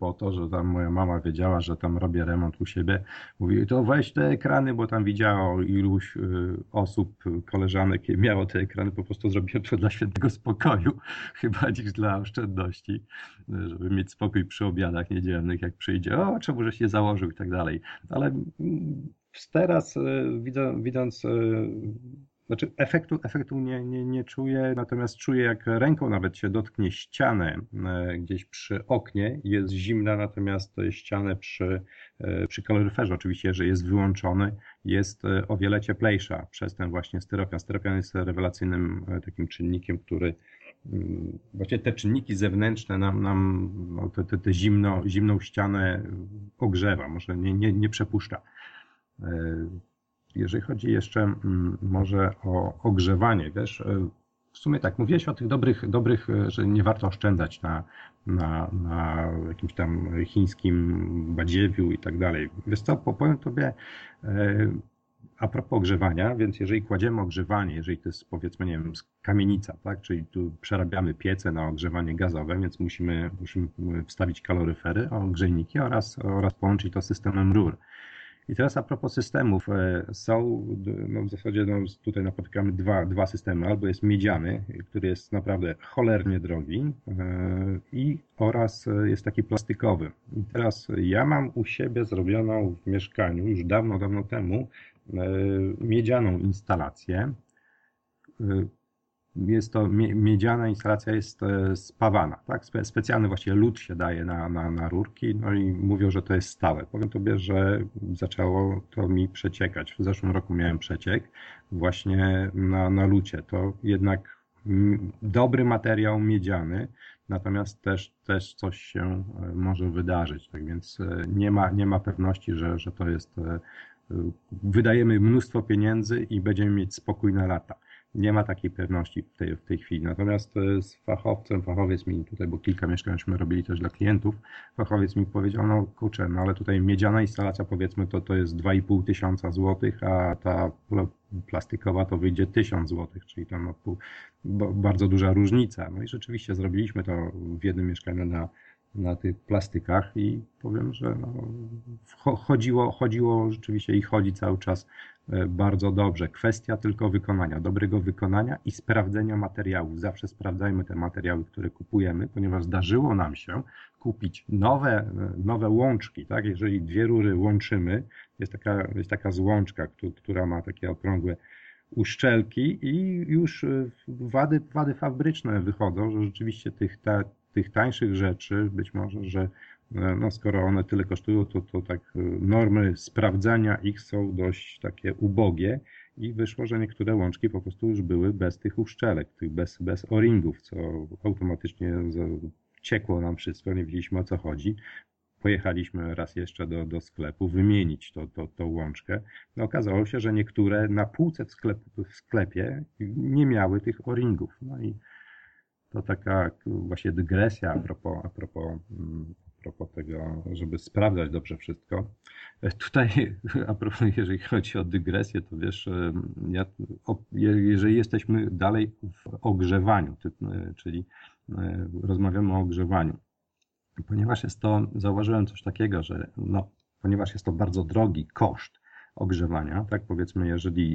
po to, że tam moja mama wiedziała, że tam robię remont u siebie. Mówi, to weź te ekrany, bo tam widziało iluś osób, koleżanek miało te ekrany, po prostu zrobiłem to dla świętego spokoju, chyba niż dla oszczędności, żeby mieć spokój przy obiadach niedzielnych, jak przyjdzie, o, czemu żeś nie założył i tak dalej. Ale teraz widząc, znaczy efektu nie czuję, natomiast czuję, jak ręką nawet się dotknie ścianę gdzieś przy oknie, jest zimna, natomiast ścianę przy kaloryferze oczywiście, że jest wyłączony, jest o wiele cieplejsza przez ten właśnie styropian. Styropian jest rewelacyjnym takim czynnikiem, który właśnie te czynniki zewnętrzne nam no, te zimną ścianę ogrzewa, może nie przepuszcza. Jeżeli chodzi jeszcze może o ogrzewanie, wiesz, w sumie tak, mówiłeś o tych dobrych, że nie warto oszczędzać na jakimś tam chińskim badziewiu i tak dalej. Wiesz co, powiem tobie a propos ogrzewania, więc jeżeli kładziemy ogrzewanie, jeżeli to jest powiedzmy, nie wiem, kamienica, tak, czyli tu przerabiamy piece na ogrzewanie gazowe, więc musimy wstawić kaloryfery, grzejniki oraz połączyć to z systemem rur. I teraz a propos systemów, są, no w zasadzie no tutaj napotykamy dwa systemy. Albo jest miedziany, który jest naprawdę cholernie drogi oraz jest taki plastikowy. I teraz ja mam u siebie zrobioną w mieszkaniu już dawno temu miedzianą instalację. Jest to miedziana instalacja, jest spawana, tak? Specjalny właściwie lód się daje na rurki, no i mówią, że to jest stałe. Powiem tobie, że zaczęło to mi przeciekać. W zeszłym roku miałem przeciek właśnie na lucie. To jednak dobry materiał miedziany, natomiast też coś się może wydarzyć. Tak więc nie ma pewności, że to jest. Wydajemy mnóstwo pieniędzy i będziemy mieć spokój na lata. Nie ma takiej pewności w tej chwili. Natomiast z fachowiec mi tutaj, bo kilka mieszkań myśmy robili też dla klientów, fachowiec mi powiedział, no kurczę, no ale tutaj miedziana instalacja powiedzmy to jest 2,5 tysiąca złotych, a ta plastikowa to wyjdzie 1000 złotych, czyli tam bardzo duża różnica. No i rzeczywiście zrobiliśmy to w jednym mieszkaniu na tych plastykach i powiem, że no, chodziło rzeczywiście i chodzi cały czas bardzo dobrze. Kwestia tylko wykonania, dobrego wykonania i sprawdzenia materiałów. Zawsze sprawdzajmy te materiały, które kupujemy, ponieważ zdarzyło nam się kupić nowe łączki, tak? Jeżeli dwie rury łączymy, jest taka złączka, która ma takie okrągłe uszczelki i już wady fabryczne wychodzą, że rzeczywiście tych tańszych rzeczy, być może, że no skoro one tyle kosztują, to tak normy sprawdzania ich są dość takie ubogie i wyszło, że niektóre łączki po prostu już były bez tych uszczelek, bez o-ringów, co automatycznie ciekło nam wszystko, nie wiedzieliśmy o co chodzi. Pojechaliśmy raz jeszcze do sklepu wymienić tą łączkę. No, okazało się, że niektóre na półce w sklepie nie miały tych o-ringów. No i to taka właśnie dygresja a propos tego, żeby sprawdzać dobrze wszystko. Tutaj, a propos, jeżeli chodzi o dygresję, to wiesz, jeżeli jesteśmy dalej w ogrzewaniu, czyli rozmawiamy o ogrzewaniu, ponieważ zauważyłem coś takiego, że no, ponieważ jest to bardzo drogi koszt ogrzewania, tak powiedzmy, jeżeli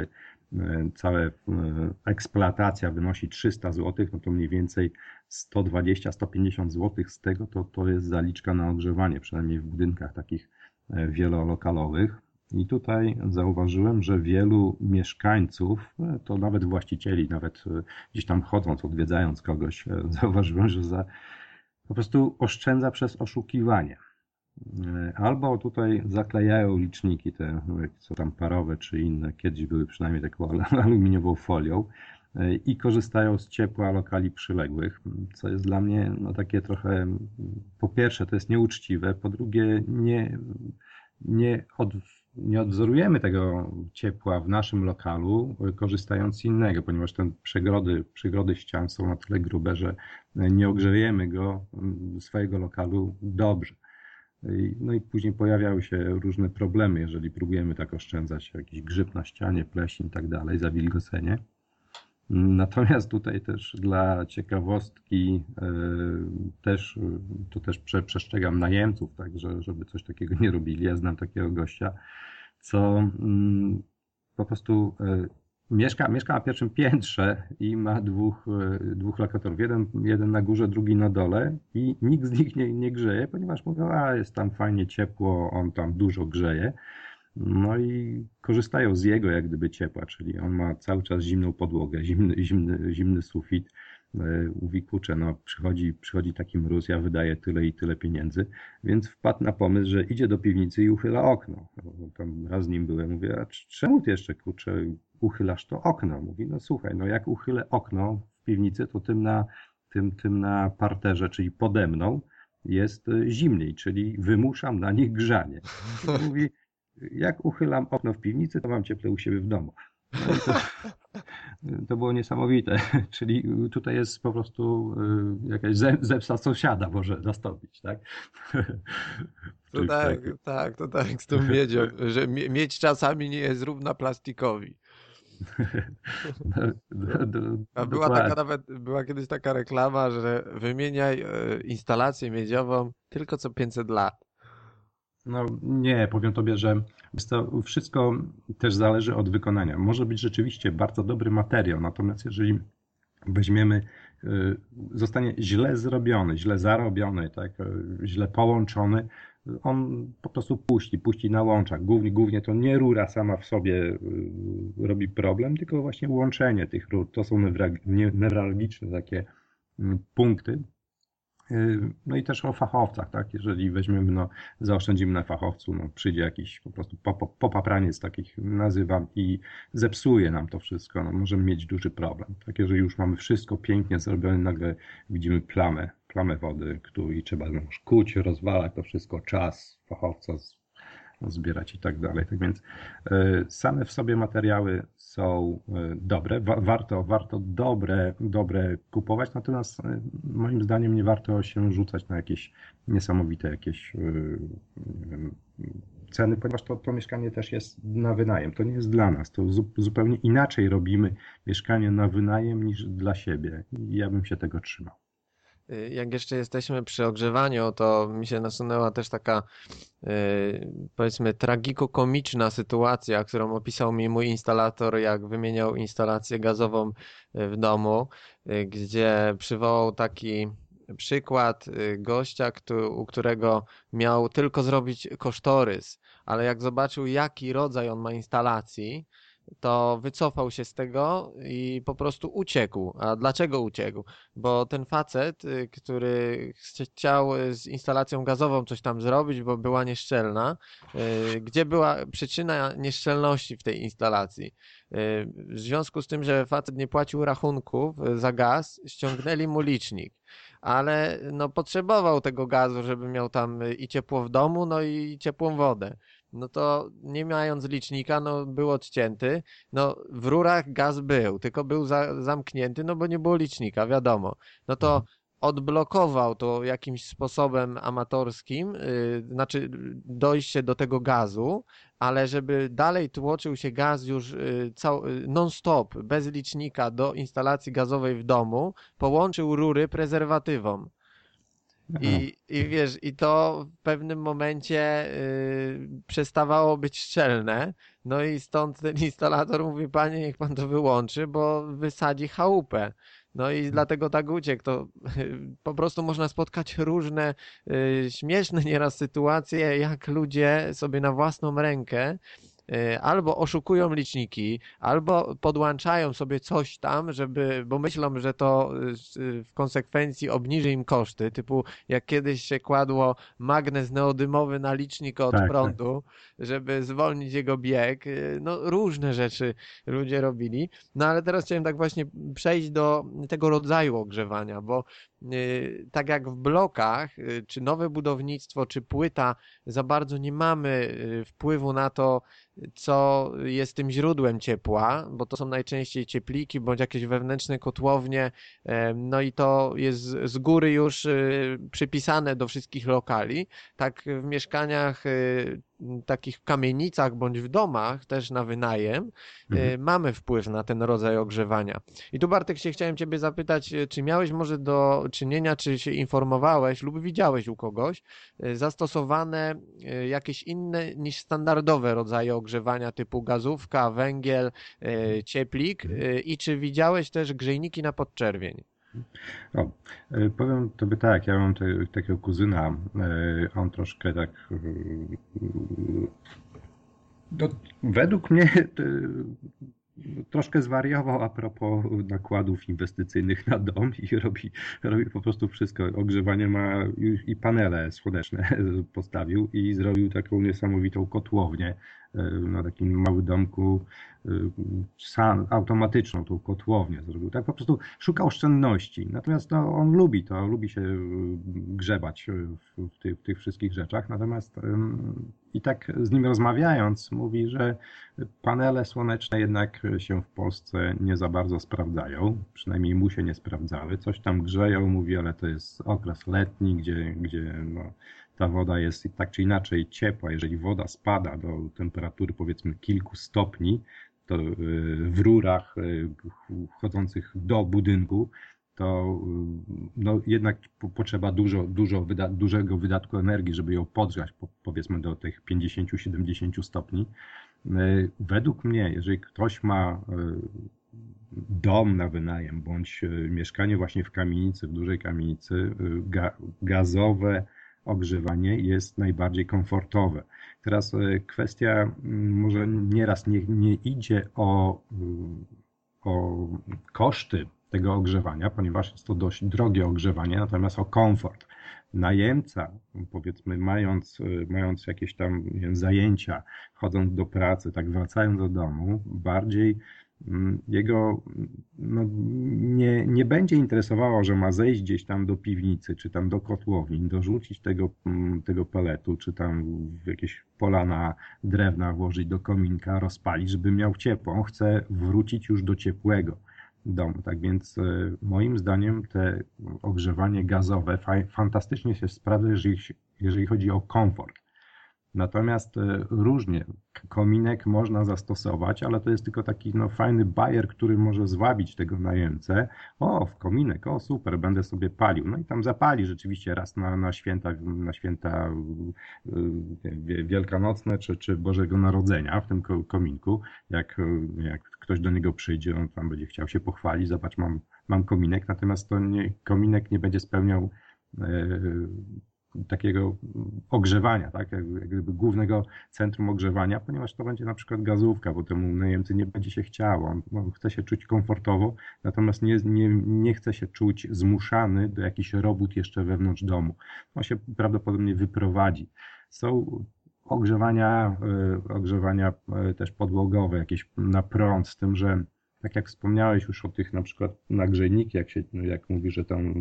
cała eksploatacja wynosi 300 zł, no to mniej więcej 120-150 zł z tego to jest zaliczka na ogrzewanie, przynajmniej w budynkach takich wielolokalowych. I tutaj zauważyłem, że wielu mieszkańców, to nawet właścicieli, nawet gdzieś tam chodząc, odwiedzając kogoś, zauważyłem, że po prostu oszczędza przez oszukiwanie. Albo tutaj zaklejają liczniki, te co tam parowe czy inne, kiedyś były przynajmniej taką aluminiową folią i korzystają z ciepła lokali przyległych, co jest dla mnie no, takie trochę, po pierwsze to jest nieuczciwe, po drugie nie odwzorujemy tego ciepła w naszym lokalu, korzystając z innego, ponieważ te przegrody ścian są na tyle grube, że nie ogrzejemy swojego lokalu dobrze. No i później pojawiały się różne problemy, jeżeli próbujemy tak oszczędzać, jakiś grzyb na ścianie, pleśń i tak dalej, zawilgocenie. Natomiast tutaj też dla ciekawostki to też przestrzegam najemców, tak, żeby coś takiego nie robili. Ja znam takiego gościa, co po prostu mieszka na pierwszym piętrze i ma dwóch lokatorów. Jeden na górze, drugi na dole i nikt z nich nie grzeje, ponieważ mówią, a jest tam fajnie ciepło, on tam dużo grzeje. No i korzystają z jego jak gdyby ciepła, czyli on ma cały czas zimną podłogę, zimny sufit. Mówi, kurczę, no przychodzi taki mróz, ja wydaję tyle i tyle pieniędzy, więc wpadł na pomysł, że idzie do piwnicy i uchyla okno. Tam raz z nim byłem, mówię, a czemu ty jeszcze, kurczę, uchylasz to okno? Mówi, no słuchaj, no jak uchylę okno w piwnicy, to tym na parterze, czyli pode mną jest zimniej, czyli wymuszam na nich grzanie. I mówi, jak uchylam okno w piwnicy, to mam cieple u siebie w domu. No i to było niesamowite. Czyli tutaj jest po prostu jakaś zemsta sąsiada może nastąpić, tak? To tak, tak, to tak z tą miedzią, że miedź czasami nie jest równa plastikowi. A była kiedyś taka reklama, że wymieniaj instalację miedziową tylko co 500 lat. No nie, powiem tobie, że to wszystko też zależy od wykonania. Może być rzeczywiście bardzo dobry materiał, natomiast jeżeli weźmiemy, zostanie źle zrobiony, źle zarobiony, tak, źle połączony, on po prostu puści na łączach. Głównie to nie rura sama w sobie robi problem, tylko właśnie łączenie tych rur. To są newralgiczne takie punkty. No i też o fachowcach, tak? Jeżeli weźmiemy, no, zaoszczędzimy na fachowcu, no, przyjdzie jakiś po prostu popapraniec, takich nazywam, i zepsuje nam to wszystko, no, możemy mieć duży problem. Tak, jeżeli już mamy wszystko pięknie zrobione, nagle widzimy plamę wody, i trzeba kuć, rozwalać to wszystko, czas fachowca zbierać i tak dalej. Tak więc same w sobie materiały są dobre, warto dobre kupować, natomiast moim zdaniem nie warto się rzucać na jakieś niesamowite nie wiem, ceny, ponieważ to mieszkanie też jest na wynajem. To nie jest dla nas. To zupełnie inaczej robimy mieszkanie na wynajem niż dla siebie. I ja bym się tego trzymał. Jak jeszcze jesteśmy przy ogrzewaniu, to mi się nasunęła też taka, powiedzmy, tragiko-komiczna sytuacja, którą opisał mi mój instalator, jak wymieniał instalację gazową w domu, gdzie przywołał taki przykład gościa, u którego miał tylko zrobić kosztorys, ale jak zobaczył, jaki rodzaj on ma instalacji, to wycofał się z tego i po prostu uciekł. A dlaczego uciekł? Bo ten facet, który chciał z instalacją gazową coś tam zrobić, bo była nieszczelna, gdzie była przyczyna nieszczelności w tej instalacji? W związku z tym, że facet nie płacił rachunków za gaz, ściągnęli mu licznik. Ale no, potrzebował tego gazu, żeby miał tam i ciepło w domu, no i ciepłą wodę. No to nie mając licznika, no był odcięty. No w rurach gaz był, tylko był zamknięty, no bo nie było licznika, wiadomo. No to odblokował to jakimś sposobem amatorskim, znaczy dojście do tego gazu, ale żeby dalej tłoczył się gaz już non-stop, bez licznika do instalacji gazowej w domu, połączył rury prezerwatywą. I wiesz, i to w pewnym momencie przestawało być szczelne. No i stąd ten instalator mówi, panie, niech pan to wyłączy, bo wysadzi chałupę. No i dlatego tak uciekł. To po prostu można spotkać różne śmieszne nieraz sytuacje, jak ludzie sobie na własną rękę albo oszukują liczniki, albo podłączają sobie coś tam, bo myślą, że to w konsekwencji obniży im koszty, typu jak kiedyś się kładło magnes neodymowy na licznik od prądu, żeby zwolnić jego bieg. No różne rzeczy ludzie robili. No ale teraz chciałem tak właśnie przejść do tego rodzaju ogrzewania, bo tak jak w blokach, czy nowe budownictwo, czy płyta, za bardzo nie mamy wpływu na to, co jest tym źródłem ciepła, bo to są najczęściej ciepliki bądź jakieś wewnętrzne kotłownie, no i to jest z góry już przypisane do wszystkich lokali. Tak w mieszkaniach takich kamienicach bądź w domach, też na wynajem, Mhm. mamy wpływ na ten rodzaj ogrzewania. I tu Bartek chciałem Ciebie zapytać, czy miałeś może do czynienia, czy się informowałeś lub widziałeś u kogoś zastosowane jakieś inne niż standardowe rodzaje ogrzewania typu gazówka, węgiel, cieplik Mhm. i czy widziałeś też grzejniki na podczerwień? O, powiem tobie tak, ja mam takiego kuzyna, on troszkę tak, no, według mnie troszkę zwariował a propos nakładów inwestycyjnych na dom i robi po prostu wszystko. Ogrzewanie ma i panele słoneczne postawił i zrobił taką niesamowitą kotłownię na takim małym domku, sam, automatyczną tą kotłownię zrobił. Tak po prostu szuka oszczędności. Natomiast no, on lubi to, lubi się grzebać w tych wszystkich rzeczach. Natomiast i tak z nim rozmawiając, mówi, że panele słoneczne jednak się w Polsce nie za bardzo sprawdzają, przynajmniej mu się nie sprawdzały. Coś tam grzeją, mówi, ale to jest okres letni, gdzie no, ta woda jest tak czy inaczej ciepła. Jeżeli woda spada do temperatury powiedzmy kilku stopni, to w rurach wchodzących do budynku, to no, jednak potrzeba dużego wydatku energii, żeby ją podgrzać, powiedzmy do tych 50-70 stopni. Według mnie, jeżeli ktoś ma dom na wynajem bądź mieszkanie właśnie w kamienicy, w dużej kamienicy, gazowe ogrzewanie jest najbardziej komfortowe. Teraz kwestia może nieraz nie idzie o koszty tego ogrzewania, ponieważ jest to dość drogie ogrzewanie, natomiast o komfort. Najemca, powiedzmy, mając jakieś tam nie wiem, zajęcia, chodząc do pracy, tak wracając do domu, bardziej jego no, nie będzie interesowało, że ma zejść gdzieś tam do piwnicy, czy tam do kotłowni, dorzucić tego peletu, czy tam w jakieś polana drewna włożyć do kominka, rozpalić, żeby miał ciepło. On chce wrócić już do ciepłego domu. Tak więc moim zdaniem te ogrzewanie gazowe fantastycznie się sprawdza, jeżeli chodzi o komfort. Natomiast różnie kominek można zastosować, ale to jest tylko taki no, fajny bajer, który może zwabić tego najemcę. O, w kominek, o super, będę sobie palił. No i tam zapali rzeczywiście raz na święta wielkanocne czy Bożego Narodzenia w tym kominku. Jak ktoś do niego przyjdzie, on tam będzie chciał się pochwalić, zobacz, mam kominek, natomiast kominek nie będzie spełniał takiego ogrzewania, tak? Jak gdyby głównego centrum ogrzewania, ponieważ to będzie na przykład gazówka, bo temu najemcy nie będzie się chciało. On chce się czuć komfortowo, natomiast nie chce się czuć zmuszany do jakichś robót jeszcze wewnątrz domu. On się prawdopodobnie wyprowadzi. Są ogrzewania też podłogowe, jakieś na prąd, z tym, że tak jak wspomniałeś już o tych na przykład nagrzejniki, jak mówi, że tam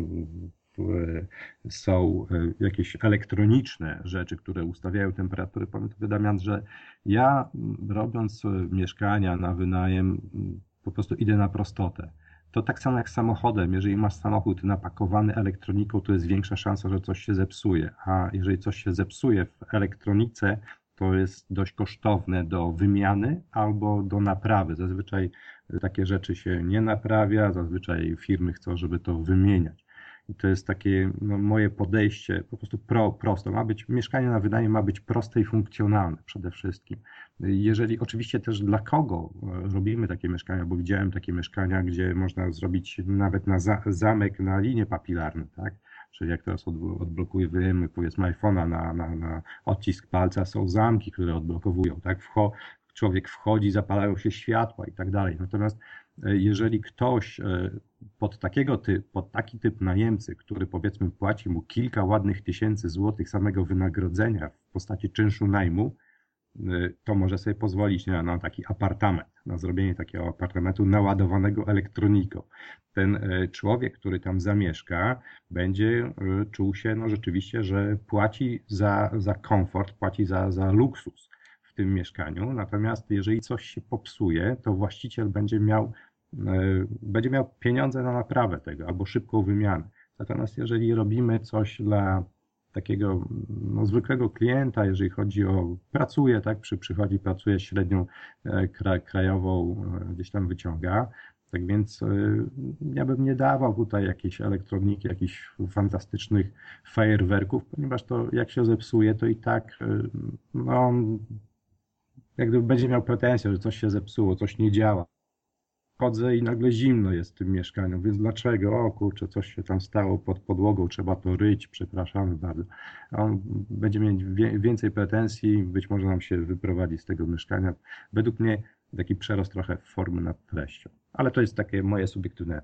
są jakieś elektroniczne rzeczy, które ustawiają temperaturę. Powiem Tobie, Damian, że ja robiąc mieszkania na wynajem po prostu idę na prostotę. To tak samo jak z samochodem. Jeżeli masz samochód napakowany elektroniką, to jest większa szansa, że coś się zepsuje. A jeżeli coś się zepsuje w elektronice, to jest dość kosztowne do wymiany albo do naprawy. Zazwyczaj takie rzeczy się nie naprawia, zazwyczaj firmy chcą, żeby to wymieniać. I to jest takie no, moje podejście, po prostu prosto. Mieszkanie na wynajem ma być proste i funkcjonalne przede wszystkim. Jeżeli oczywiście też dla kogo robimy takie mieszkania, bo widziałem takie mieszkania, gdzie można zrobić nawet na zamek na linie papilarne, tak? Czyli jak teraz odblokujemy powiedzmy iPhone'a na odcisk palca, są zamki, które odblokowują, tak? Człowiek wchodzi, zapalają się światła i tak dalej. Natomiast jeżeli ktoś pod taki typ najemcy, który powiedzmy płaci mu kilka ładnych tysięcy złotych samego wynagrodzenia w postaci czynszu najmu, to może sobie pozwolić na taki apartament, na zrobienie takiego apartamentu naładowanego elektroniką. Ten człowiek, który tam zamieszka, będzie czuł się no rzeczywiście, że płaci za komfort, płaci za luksus w tym mieszkaniu. Natomiast jeżeli coś się popsuje, to właściciel będzie miał pieniądze na naprawę tego albo szybką wymianę. Natomiast jeżeli robimy coś dla takiego no, zwykłego klienta, jeżeli chodzi o pracuje, tak, przychodzi, pracuje średnią krajową, gdzieś tam wyciąga. Tak więc ja bym nie dawał tutaj jakiejś elektroniki, jakichś fantastycznych fajerwerków, ponieważ to jak się zepsuje, to i tak no, jak gdyby będzie miał pretensję, że coś się zepsuło, coś nie działa. Chodzę i nagle zimno jest w tym mieszkaniu, więc dlaczego? O kurczę, coś się tam stało pod podłogą, trzeba to ryć, przepraszamy bardzo. A on będzie mieć więcej pretensji, być może nam się wyprowadzi z tego mieszkania. Według mnie taki przerost trochę formy nad treścią. Ale to jest takie moje subiektywne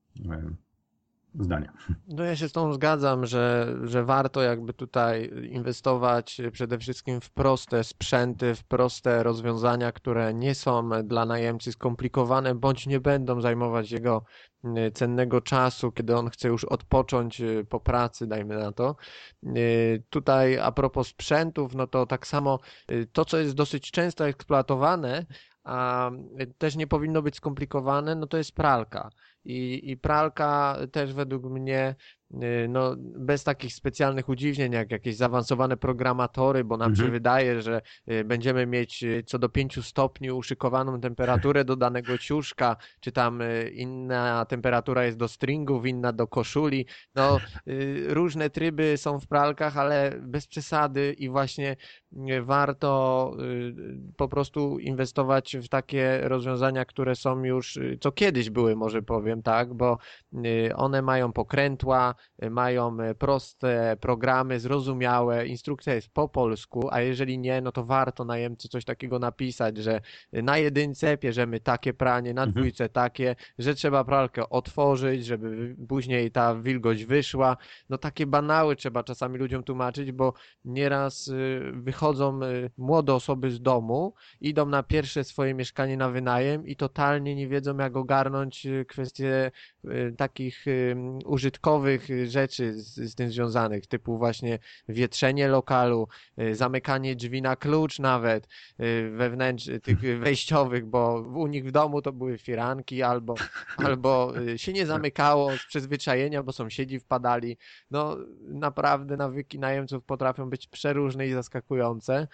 zdanie. No ja się z tą zgadzam, że warto jakby tutaj inwestować przede wszystkim w proste sprzęty, w proste rozwiązania, które nie są dla najemcy skomplikowane, bądź nie będą zajmować jego cennego czasu, kiedy on chce już odpocząć po pracy, dajmy na to. Tutaj a propos sprzętów, no to tak samo to, co jest dosyć często eksploatowane, a też nie powinno być skomplikowane, no to jest pralka. I pralka też według mnie no, bez takich specjalnych udziwnień, jak jakieś zaawansowane programatory, bo nam się wydaje, że będziemy mieć co do 5 stopni uszykowaną temperaturę do danego ciuszka, czy tam inna temperatura jest do stringów, inna do koszuli. No, różne tryby są w pralkach, ale bez przesady i właśnie warto po prostu inwestować w takie rozwiązania, które są już, co kiedyś były, może powiem, tak, bo one mają pokrętła, mają proste programy, zrozumiałe, instrukcja jest po polsku, a jeżeli nie, no to warto najemcy coś takiego napisać, że na jedynce bierzemy takie pranie, na dwójce takie, że trzeba pralkę otworzyć, żeby później ta wilgoć wyszła. No takie banały trzeba czasami ludziom tłumaczyć, bo nieraz wychodzą młode osoby z domu, idą na pierwsze swoje mieszkanie na wynajem i totalnie nie wiedzą, jak ogarnąć kwestie takich użytkowych rzeczy z tym związanych, typu właśnie wietrzenie lokalu, zamykanie drzwi na klucz nawet, tych wejściowych, bo u nich w domu to były firanki albo się nie zamykało z przyzwyczajenia, bo sąsiedzi wpadali. No naprawdę nawyki najemców potrafią być przeróżne i zaskakujące.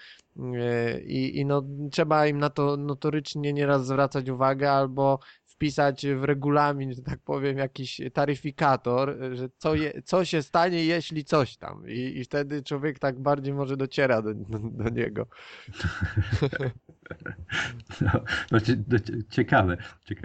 I no, trzeba im na to notorycznie nieraz zwracać uwagę albo wpisać w regulamin, że tak powiem, jakiś taryfikator, że co się stanie, jeśli coś tam. I wtedy człowiek tak bardziej może dociera do niego. Ciekawe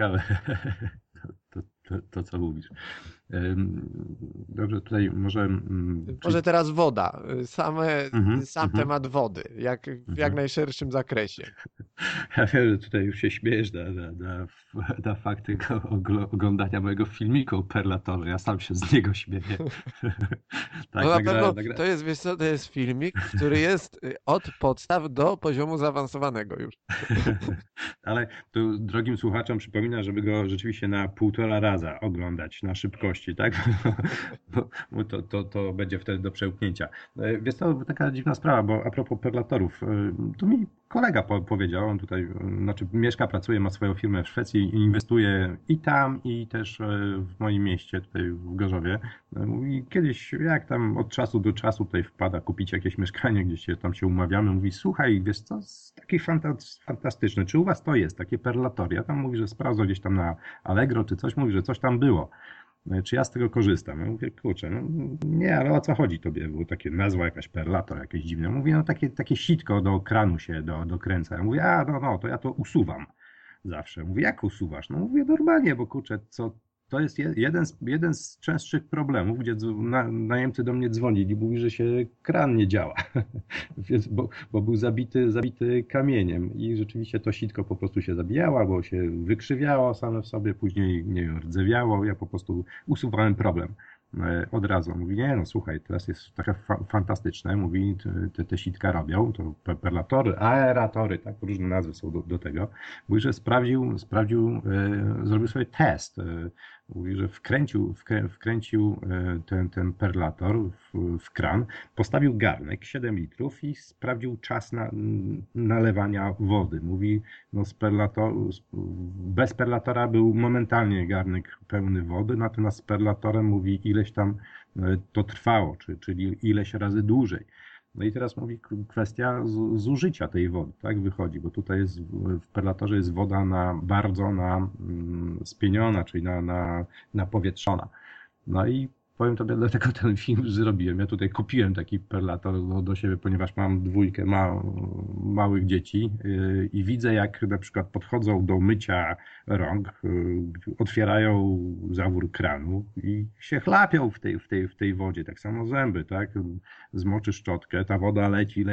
to, co mówisz. Dobrze, tutaj może... Może teraz woda. Sam temat wody, w jak najszerszym zakresie. Ja wiem, że tutaj już się śmiejesz na fakt tego oglądania mojego filmiku o perlatorze. Ja sam się z niego śmieję. Tak, no na pewno to jest, wiesz co, to jest filmik, który jest od podstaw do poziomu zaawansowanego już. Ale tu drogim słuchaczom przypomina, żeby go rzeczywiście na 1,5 raza oglądać na szybkości, tak? Bo to będzie wtedy do przełknięcia. Wiesz co, taka dziwna sprawa, bo a propos perlatorów, tu mi kolega powiedział, on tutaj, znaczy mieszka, pracuje, ma swoją firmę w Szwecji i inwestuje i tam, i też w moim mieście, tutaj w Gorzowie. Mówi, kiedyś, jak tam od czasu do czasu tutaj wpada kupić jakieś mieszkanie, gdzieś tam się umawiamy, mówi, słuchaj, wiesz co, taki fantastyczny, czy u was to jest, takie perlatoria? Tam mówi, że sprawdzał gdzieś tam na Allegro czy coś, mówi, że coś tam było. Czy ja z tego korzystam? Ja mówię, kurczę, no nie, ale o co chodzi tobie? Było takie nazwa jakaś perlator, jakieś dziwne. Mówię, no takie sitko do kranu się dokręca. Ja mówię, no, to ja to usuwam zawsze. Mówię, jak usuwasz? No mówię, normalnie, bo kurczę, to jest jeden z częstszych problemów, gdzie najemcy do mnie dzwonili, mówi, że się kran nie działa, bo był zabity kamieniem i rzeczywiście to sitko po prostu się zabijało, albo się wykrzywiało same w sobie, później nie wiem, rdzewiało, ja po prostu usuwałem problem. Od razu. Mówi, nie no słuchaj, teraz jest trochę fantastyczne, mówi, te sitka robią, to perlatory, aeratory, tak, różne nazwy są do tego. Mówi, że sprawdził, zrobił sobie test Mówi, że wkręcił ten perlator w kran, postawił garnek 7 litrów i sprawdził czas nalewania wody. Mówi, no bez perlatora był momentalnie garnek pełny wody, natomiast z perlatorem mówi ileś tam to trwało, czyli ileś razy dłużej. No i teraz mówi kwestia zużycia tej wody, tak wychodzi, bo tutaj jest w perlatorze jest woda bardzo spieniona, czyli napowietrzona. No i powiem tobie, dlatego ten film zrobiłem. Ja tutaj kupiłem taki perlator do siebie, ponieważ mam dwójkę małych dzieci i widzę, jak na przykład podchodzą do mycia rąk, otwierają zawór kranu i się chlapią w tej wodzie. Tak samo zęby, tak? Zmoczy szczotkę, ta woda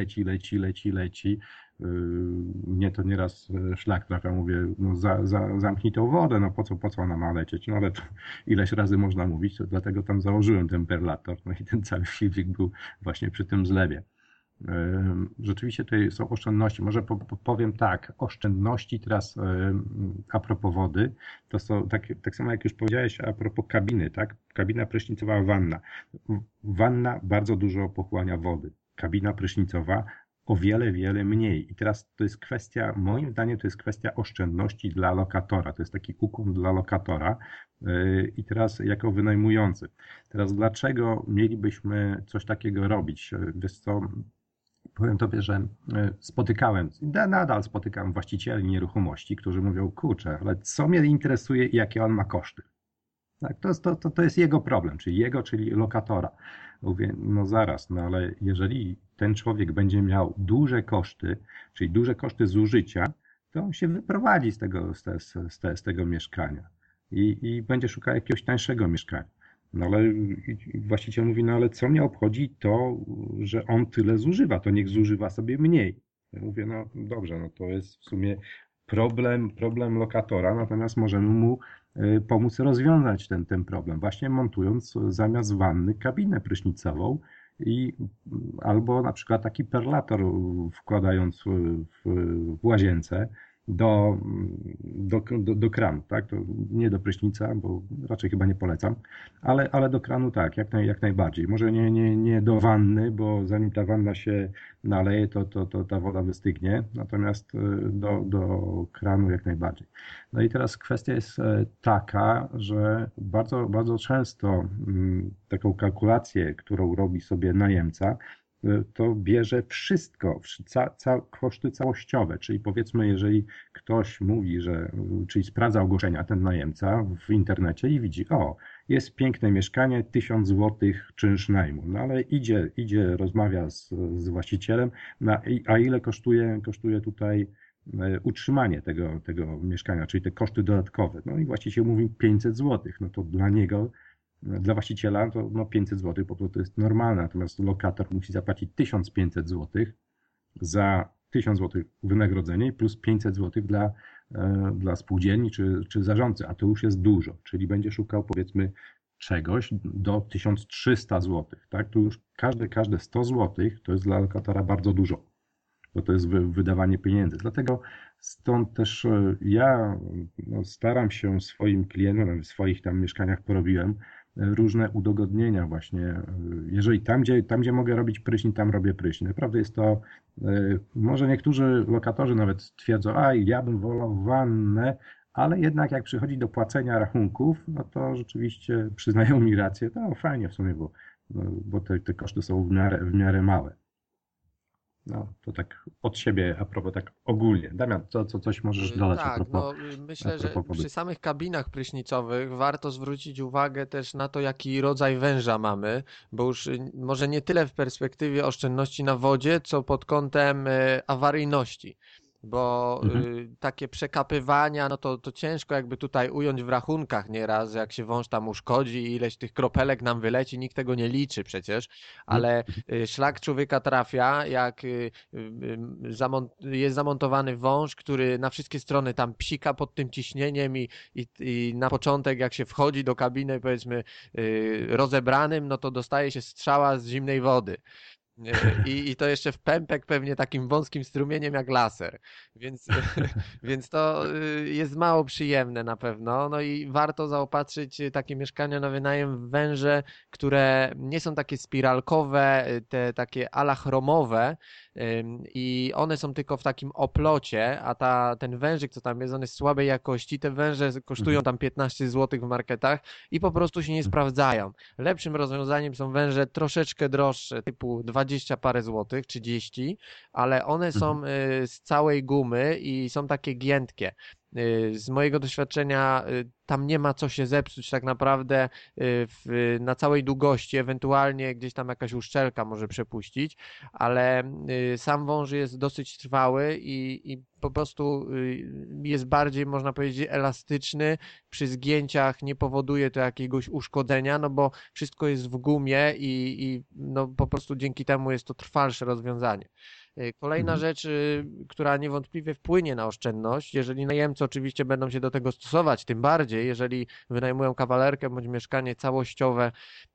leci. Mnie to nieraz szlak trafia, mówię, no zamknij tą wodę, no po co ona ma lecieć? No ale to ileś razy można mówić, to dlatego tam założyłem ten perlator, no i ten cały filmik był właśnie przy tym zlewie. Rzeczywiście tutaj są oszczędności. Może powiem tak, oszczędności teraz a propos wody, to są tak samo jak już powiedziałeś a propos kabiny, tak? Kabina prysznicowa, wanna. Wanna bardzo dużo pochłania wody. Kabina prysznicowa o wiele mniej. I teraz to jest kwestia, moim zdaniem to jest kwestia oszczędności dla lokatora. To jest taki ukłon dla lokatora i teraz jako wynajmujący. Teraz dlaczego mielibyśmy coś takiego robić? Wiesz co, powiem tobie, że nadal spotykam właścicieli nieruchomości, którzy mówią, kurczę, ale co mnie interesuje i jakie on ma koszty? Tak, to jest jego problem, czyli lokatora. Mówię, no zaraz, no ale jeżeli ten człowiek będzie miał duże koszty, czyli duże koszty zużycia, to on się wyprowadzi z tego mieszkania i będzie szukał jakiegoś tańszego mieszkania. No ale właściciel mówi, no ale co mnie obchodzi to, że on tyle zużywa, to niech zużywa sobie mniej. Ja mówię, no dobrze, no to jest w sumie problem lokatora, natomiast możemy mu pomóc rozwiązać ten problem, właśnie montując zamiast wanny kabinę prysznicową albo na przykład taki perlator wkładając w łazience do kranu, tak? To nie do prysznica, bo raczej chyba nie polecam, ale do kranu tak, jak najbardziej. Może nie do wanny, bo zanim ta wanna się naleje, to ta woda wystygnie, natomiast do kranu jak najbardziej. No i teraz kwestia jest taka, że bardzo często taką kalkulację, którą robi sobie najemca, to bierze wszystko, koszty całościowe, czyli powiedzmy, jeżeli ktoś mówi, czyli sprawdza ogłoszenia, ten najemca w internecie i widzi, jest piękne mieszkanie, 1000 zł czynsz najmu, no ale idzie rozmawia z właścicielem, a ile kosztuje tutaj utrzymanie tego mieszkania, czyli te koszty dodatkowe. No i właściciel mówi 500 zł, no to dla niego, dla właściciela to 500 zł po prostu to jest normalne, natomiast lokator musi zapłacić 1500 zł za 1000 zł wynagrodzenie plus 500 zł dla spółdzielni czy zarządcy, a to już jest dużo, czyli będzie szukał powiedzmy czegoś do 1300 zł, tak? Tu już każde 100 zł to jest dla lokatora bardzo dużo, bo to jest wydawanie pieniędzy. Dlatego stąd też ja staram się swoim klientom, w swoich tam mieszkaniach porobiłem różne udogodnienia właśnie. Jeżeli tam, gdzie mogę robić prysznic, tam robię prysznic. Naprawdę jest to, może niektórzy lokatorzy nawet twierdzą, ja bym wolał wannę, ale jednak jak przychodzi do płacenia rachunków, no to rzeczywiście przyznają mi rację, to fajnie w sumie, bo te koszty są w miarę małe. No, to tak od siebie a propos tak ogólnie. Damian, coś możesz dodać Tak, a myślę, że propos wody? przy samych kabinach prysznicowych warto zwrócić uwagę też na to, jaki rodzaj węża mamy, bo już może nie tyle w perspektywie oszczędności na wodzie, co pod kątem awaryjności. Bo Mhm. takie przekapywania, no to ciężko jakby tutaj ująć w rachunkach nieraz, jak się wąż tam uszkodzi i ileś tych kropelek nam wyleci, nikt tego nie liczy przecież, ale szlak człowieka trafia, jak jest zamontowany wąż, który na wszystkie strony tam psika pod tym ciśnieniem i na początek jak się wchodzi do kabiny powiedzmy rozebranym, no to dostaje się strzała z zimnej wody. I to jeszcze w pępek pewnie takim wąskim strumieniem jak laser, więc, więc to jest mało przyjemne na pewno. No i warto zaopatrzyć takie mieszkania na wynajem w węże, które nie są takie spiralkowe, te takie ala chromowe i one są tylko w takim oplocie, a ten wężyk, co tam jest, on jest słabej jakości. Te węże kosztują Mhm, tam 15 zł w marketach i po prostu się nie sprawdzają. Lepszym rozwiązaniem są węże troszeczkę droższe, typu 20 parę złotych, 30, ale one mhm, są z całej gumy i są takie giętkie. Z mojego doświadczenia tam nie ma co się zepsuć tak naprawdę na całej długości, ewentualnie gdzieś tam jakaś uszczelka może przepuścić, ale sam wąż jest dosyć trwały i po prostu jest bardziej, można powiedzieć, elastyczny. Przy zgięciach nie powoduje to jakiegoś uszkodzenia, no bo wszystko jest w gumie i no po prostu dzięki temu jest to trwalsze rozwiązanie. Kolejna mhm, rzecz, która niewątpliwie wpłynie na oszczędność, jeżeli najemcy oczywiście będą się do tego stosować, tym bardziej, jeżeli wynajmują kawalerkę bądź mieszkanie całościowe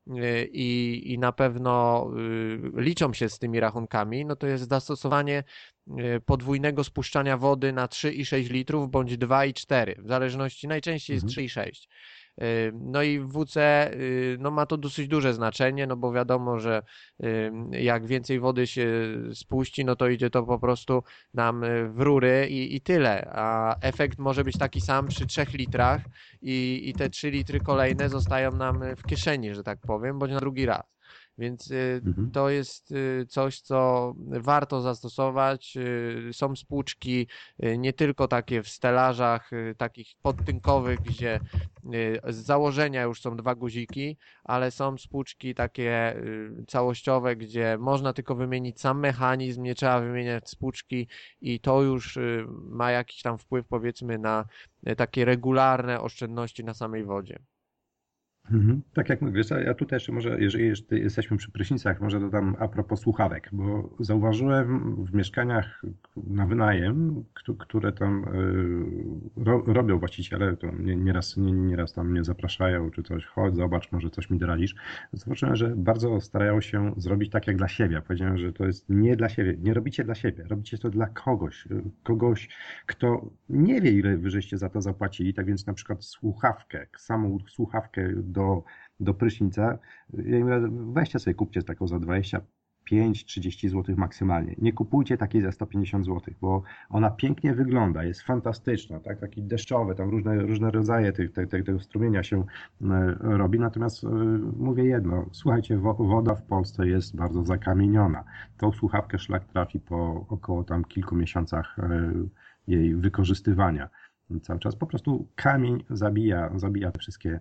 i na pewno liczą się z tymi rachunkami, no to jest zastosowanie podwójnego spuszczania wody na 3,6 litrów bądź 2,4, w zależności, najczęściej jest mhm, 3,6. No i w WC no ma to dosyć duże znaczenie, no bo wiadomo, że jak więcej wody się spuści, no to idzie to po prostu nam w rury i tyle, a efekt może być taki sam przy 3 litrach i te 3 litry kolejne zostają nam w kieszeni, że tak powiem, bądź na drugi raz. Więc mhm. to jest coś, co warto zastosować. Są spłuczki nie tylko takie w stelażach, takich podtynkowych, gdzie z założenia już są dwa guziki, ale są spłuczki takie całościowe, gdzie można tylko wymienić sam mechanizm, nie trzeba wymieniać spłuczki i to już ma jakiś tam wpływ, powiedzmy, na takie regularne oszczędności na samej wodzie. Mhm. Tak jak mówisz, ja tutaj jeszcze może, jeżeli jesteśmy przy prysznicach, może dodam a propos słuchawek, bo zauważyłem w mieszkaniach na wynajem, które tam robią właściciele, to nieraz tam mnie zapraszają, czy coś, chodź, zobacz, może coś mi doradzisz. Zobaczyłem, że bardzo starają się zrobić tak jak dla siebie. Powiedziałem, że to jest nie dla siebie, nie robicie dla siebie, robicie to dla kogoś, kto nie wie, ile wyżeście za to zapłacili, tak więc na przykład samą słuchawkę do prysznica, ja im radzę, weźcie sobie, kupcie taką za 25-30 zł maksymalnie. Nie kupujcie takiej za 150 zł, bo ona pięknie wygląda, jest fantastyczna, tak? Taki deszczowy, tam różne rodzaje tego strumienia się robi. Natomiast mówię jedno, słuchajcie, woda w Polsce jest bardzo zakamieniona. Tą słuchawkę szlak trafi po około tam kilku miesiącach jej wykorzystywania. Cały czas po prostu kamień zabija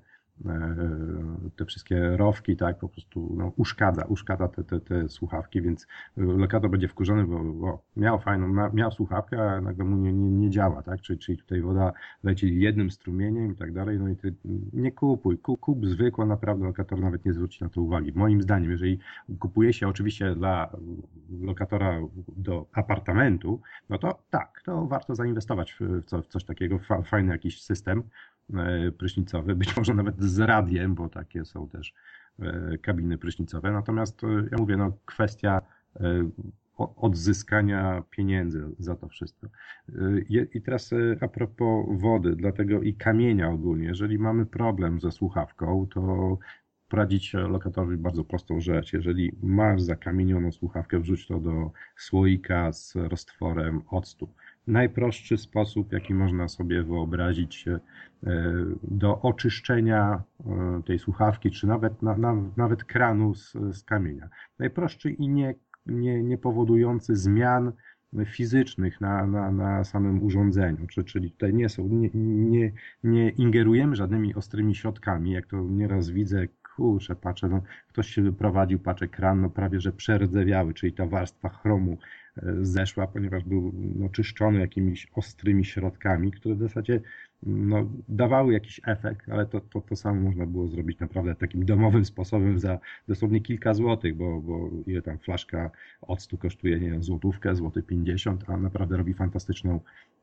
te wszystkie rowki, tak, po prostu no, uszkadza te słuchawki, więc lokator będzie wkurzony, bo miał fajną, miał słuchawkę, a nagle mu nie działa, tak, czyli tutaj woda leci jednym strumieniem i tak dalej, no i ty nie kup zwykłą, naprawdę lokator nawet nie zwróci na to uwagi. Moim zdaniem, jeżeli kupuje się oczywiście dla lokatora do apartamentu, no to tak, to warto zainwestować w coś takiego, fajny jakiś system prysznicowy, być może nawet z radiem, bo takie są też kabiny prysznicowe. Natomiast ja mówię, no kwestia odzyskania pieniędzy za to wszystko. I teraz a propos wody, dlatego i kamienia ogólnie. Jeżeli mamy problem ze słuchawką, to poradzić lokatorowi bardzo prostą rzecz. Jeżeli masz zakamienioną słuchawkę, wrzuć to do słoika z roztworem octu. Najprostszy sposób, jaki można sobie wyobrazić do oczyszczenia tej słuchawki, czy nawet kranu z kamienia. Najprostszy i nie powodujący zmian fizycznych na samym urządzeniu, czyli tutaj nie ingerujemy żadnymi ostrymi środkami, jak to nieraz widzę, kurczę, patrzę, no, ktoś się wyprowadził, patrzę, kran, no prawie że przerdzewiały, czyli ta warstwa chromu zeszła, ponieważ był no, czyszczony jakimiś ostrymi środkami, które w zasadzie no, dawały jakiś efekt, ale to samo można było zrobić naprawdę takim domowym sposobem za dosłownie kilka złotych, bo ile tam flaszka octu kosztuje, nie wiem, złotówkę, złoty 50, a naprawdę robi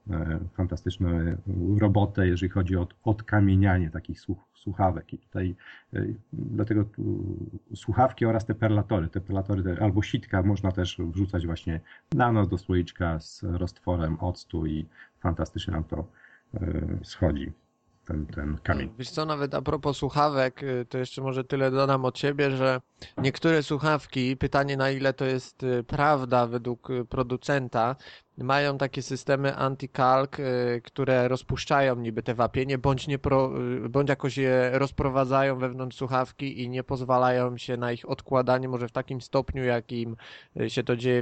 fantastyczną robotę, jeżeli chodzi o odkamienianie takich słuchawek. I tutaj dlatego słuchawki oraz te perlatory albo sitka można też wrzucać właśnie na noc do słoiczka z roztworem octu i fantastycznie nam to schodzi, ten kamień. Wiesz co, nawet a propos słuchawek, to jeszcze może tyle dodam od siebie, że niektóre słuchawki, pytanie na ile to jest prawda według producenta, mają takie systemy anti-kalk, które rozpuszczają niby te wapienie, bądź jakoś je rozprowadzają wewnątrz słuchawki i nie pozwalają się na ich odkładanie może w takim stopniu, jakim się to dzieje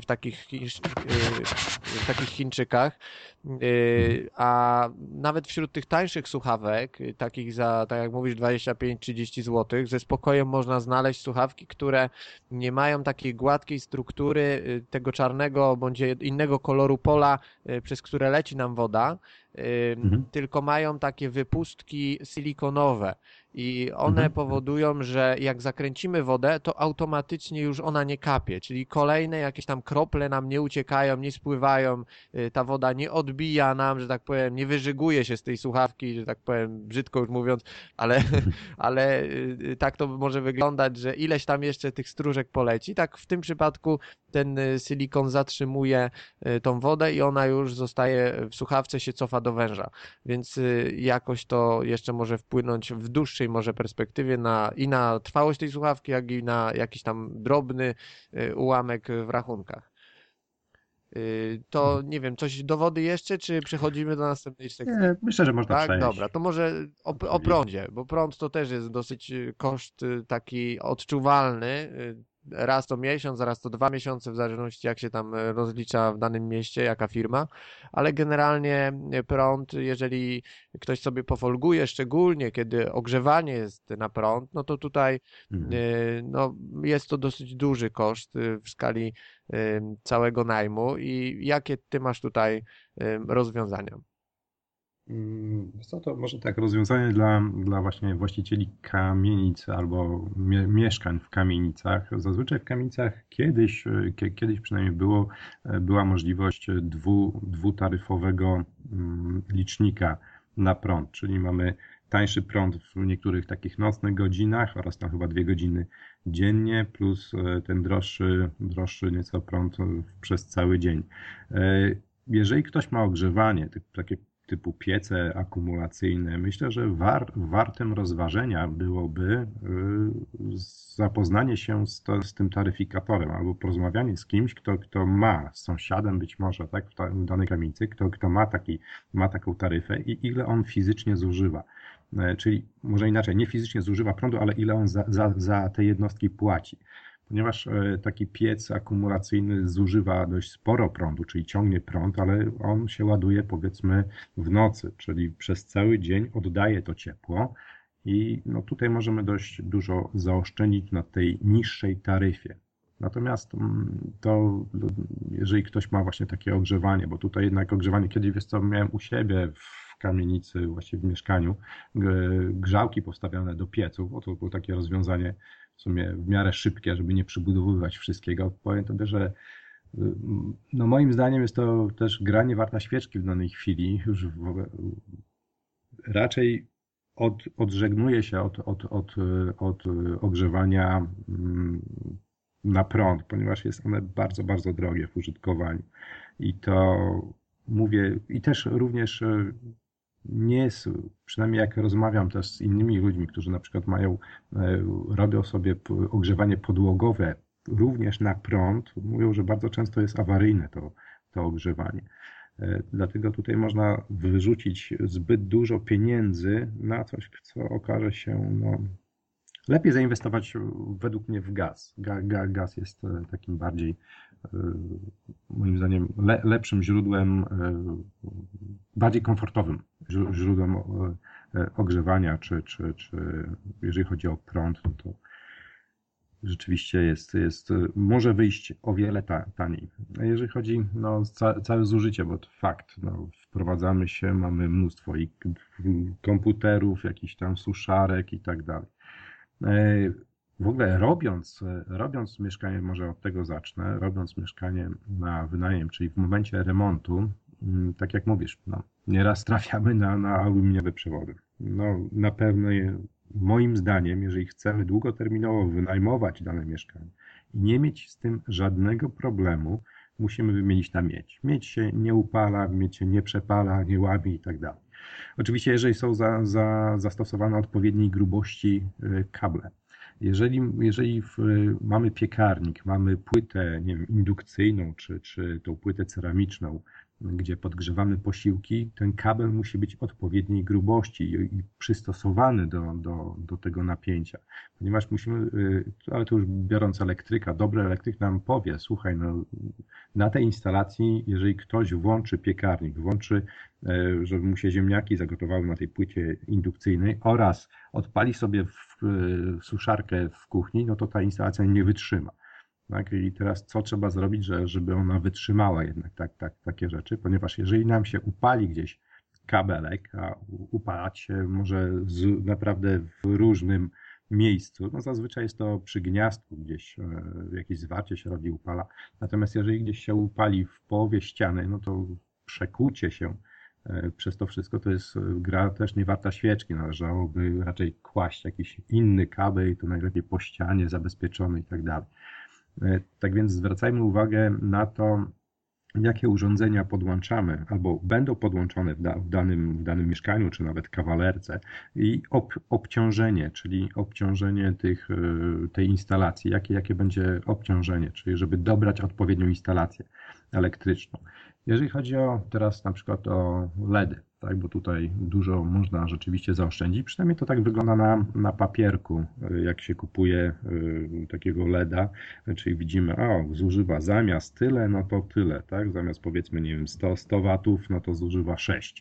w takich Chińczykach. Mhm. A nawet wśród tych tańszych słuchawek, takich za, tak jak mówisz, 25-30 zł, ze spokojem można znaleźć słuchawki, które nie mają takiej gładkiej struktury tego czarnego bądź innego koloru pola, przez które leci nam woda, Mhm. tylko mają takie wypustki silikonowe i one Mhm. powodują, że jak zakręcimy wodę, to automatycznie już ona nie kapie, czyli kolejne jakieś tam krople nam nie uciekają, nie spływają, ta woda nie odbija nam, że tak powiem, nie wyżyguje się z tej słuchawki, że tak powiem, brzydko już mówiąc, ale, ale tak to może wyglądać, że ileś tam jeszcze tych stróżek poleci. Tak w tym przypadku ten silikon zatrzymuje tą wodę i ona już zostaje w słuchawce, się cofa do węża. Więc jakoś to jeszcze może wpłynąć w dłuższej może perspektywie i na trwałość tej słuchawki, jak i na jakiś tam drobny ułamek w rachunkach. To nie wiem, coś do wody jeszcze, czy przechodzimy do następnej sekcji? Nie, myślę, że można Tak, dobra, przejść to może o powoli. prądzie, bo prąd to też jest dosyć koszt taki odczuwalny. Raz to miesiąc, raz to 2 miesiące, w zależności jak się tam rozlicza w danym mieście, jaka firma, ale generalnie prąd, jeżeli ktoś sobie pofolguje, szczególnie kiedy ogrzewanie jest na prąd, no to tutaj Mhm. no, jest to dosyć duży koszt w skali całego najmu. I jakie ty masz tutaj rozwiązania? Wiesz co, to może tak, rozwiązanie dla właśnie właścicieli kamienic albo mieszkań w kamienicach. Zazwyczaj w kamienicach kiedyś przynajmniej była możliwość dwutaryfowego licznika na prąd, czyli mamy tańszy prąd w niektórych takich nocnych godzinach oraz tam chyba 2 godziny dziennie, plus ten droższy nieco prąd przez cały dzień. Jeżeli ktoś ma ogrzewanie, takie typu piece akumulacyjne, myślę, że wartem rozważenia byłoby zapoznanie się z tym taryfikatorem albo porozmawianie z kimś, kto ma, z sąsiadem być może, tak, w danej kamienicy, kto ma taką taryfę i ile on fizycznie zużywa. Czyli może inaczej, nie fizycznie zużywa prądu, ale ile on za te jednostki płaci. Ponieważ taki piec akumulacyjny zużywa dość sporo prądu, czyli ciągnie prąd, ale on się ładuje powiedzmy w nocy, czyli przez cały dzień oddaje to ciepło i no tutaj możemy dość dużo zaoszczędzić na tej niższej taryfie. Natomiast to, jeżeli ktoś ma właśnie takie ogrzewanie, bo tutaj jednak ogrzewanie, kiedyś wiesz co, miałem u siebie w kamienicy, właściwie w mieszkaniu, grzałki postawione do pieców, bo to było takie rozwiązanie w sumie w miarę szybkie, żeby nie przybudowywać wszystkiego. Powiem tobie, że no moim zdaniem jest to też gra nie warta świeczki w danej chwili. Już raczej odżegnuję się od ogrzewania na prąd, ponieważ jest one bardzo, bardzo drogie w użytkowaniu. I to mówię, i też również nie jest, przynajmniej jak rozmawiam też z innymi ludźmi, którzy na przykład robią sobie ogrzewanie podłogowe również na prąd, mówią, że bardzo często jest awaryjne to ogrzewanie. Dlatego tutaj można wyrzucić zbyt dużo pieniędzy na coś, co okaże się, no, lepiej zainwestować według mnie w gaz. Gaz jest takim bardziej, moim zdaniem, lepszym źródłem, bardziej komfortowym źródłem ogrzewania, czy jeżeli chodzi o prąd, no to rzeczywiście może wyjść o wiele taniej. A jeżeli chodzi o całe zużycie, bo to fakt, no, wprowadzamy się, mamy mnóstwo i komputerów, jakichś tam suszarek i tak dalej. W ogóle robiąc mieszkanie, może od tego zacznę, robiąc mieszkanie na wynajem, czyli w momencie remontu, tak jak mówisz, no, nieraz trafiamy na aluminiowe przewody. No, na pewno moim zdaniem, jeżeli chcemy długoterminowo wynajmować dane mieszkanie i nie mieć z tym żadnego problemu, musimy wymienić na miedź. Miedź się nie upala, miedź się nie przepala, nie łamie i tak dalej. Oczywiście, jeżeli są zastosowane odpowiedniej grubości kable. Jeżeli mamy piekarnik, mamy płytę, nie wiem, indukcyjną, czy tą płytę ceramiczną, gdzie podgrzewamy posiłki, ten kabel musi być odpowiedniej grubości i przystosowany do tego napięcia. Ponieważ musimy, ale to już biorąc elektryka, dobry elektryk nam powie, słuchaj, no, na tej instalacji, jeżeli ktoś włączy piekarnik, żeby mu się ziemniaki zagotowały na tej płycie indukcyjnej oraz odpali sobie suszarkę w kuchni, no to ta instalacja nie wytrzyma. Tak? I teraz co trzeba zrobić, żeby ona wytrzymała jednak takie rzeczy, ponieważ jeżeli nam się upali gdzieś kabelek, a upalać się może naprawdę w różnym miejscu, no zazwyczaj jest to przy gniazdku, gdzieś jakieś zwarcie się robi, upala. Natomiast jeżeli gdzieś się upali w połowie ściany, no to przekłucie się przez to wszystko to jest gra też nie warta świeczki. Należałoby raczej kłaść jakiś inny kabel i to najlepiej po ścianie zabezpieczony i tak dalej. Tak więc zwracajmy uwagę na to, jakie urządzenia podłączamy albo będą podłączone w danym mieszkaniu, czy nawet kawalerce i obciążenie, czyli obciążenie tej instalacji, jakie będzie obciążenie, czyli żeby dobrać odpowiednią instalację elektryczną. Jeżeli chodzi teraz na przykład o LEDy, tak, bo tutaj dużo można rzeczywiście zaoszczędzić, przynajmniej to tak wygląda na papierku, jak się kupuje takiego LEDa, czyli widzimy, zużywa zamiast tyle, no to tyle, tak, zamiast powiedzmy, nie wiem, 100 watów, no to zużywa 6.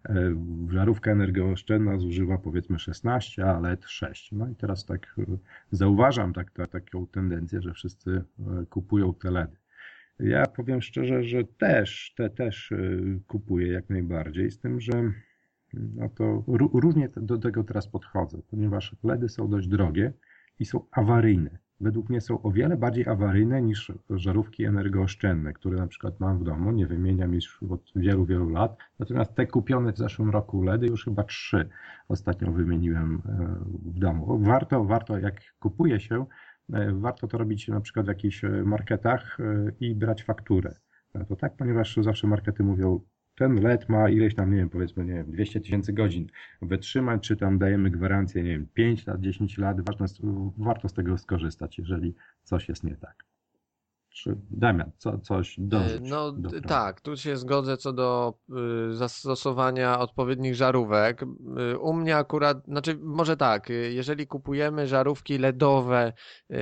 Żarówka energooszczędna zużywa powiedzmy 16, a LED 6. No i teraz tak zauważam taką tendencję, że wszyscy kupują te LEDy. Ja powiem szczerze, że też kupuję jak najbardziej, z tym, że no to różnie do tego teraz podchodzę, ponieważ LEDy są dość drogie i są awaryjne. Według mnie są o wiele bardziej awaryjne niż żarówki energooszczędne, które na przykład mam w domu, nie wymieniam już od wielu, wielu lat. Natomiast te kupione w zeszłym roku LEDy już chyba 3 ostatnio wymieniłem w domu. Warto jak kupuje się, warto to robić na przykład w jakichś marketach i brać fakturę. To tak, ponieważ zawsze markety mówią, ten LED ma ileś tam, nie wiem, powiedzmy, nie wiem, 200 000 godzin wytrzymać, czy tam dajemy gwarancję, nie wiem, 5 lat, 10 lat, warto z tego skorzystać, jeżeli coś jest nie tak. Czy Damian, coś dorzuć No do prawa? tak, tu się zgodzę co do zastosowania odpowiednich żarówek. U mnie akurat, znaczy może tak, jeżeli kupujemy żarówki LEDowe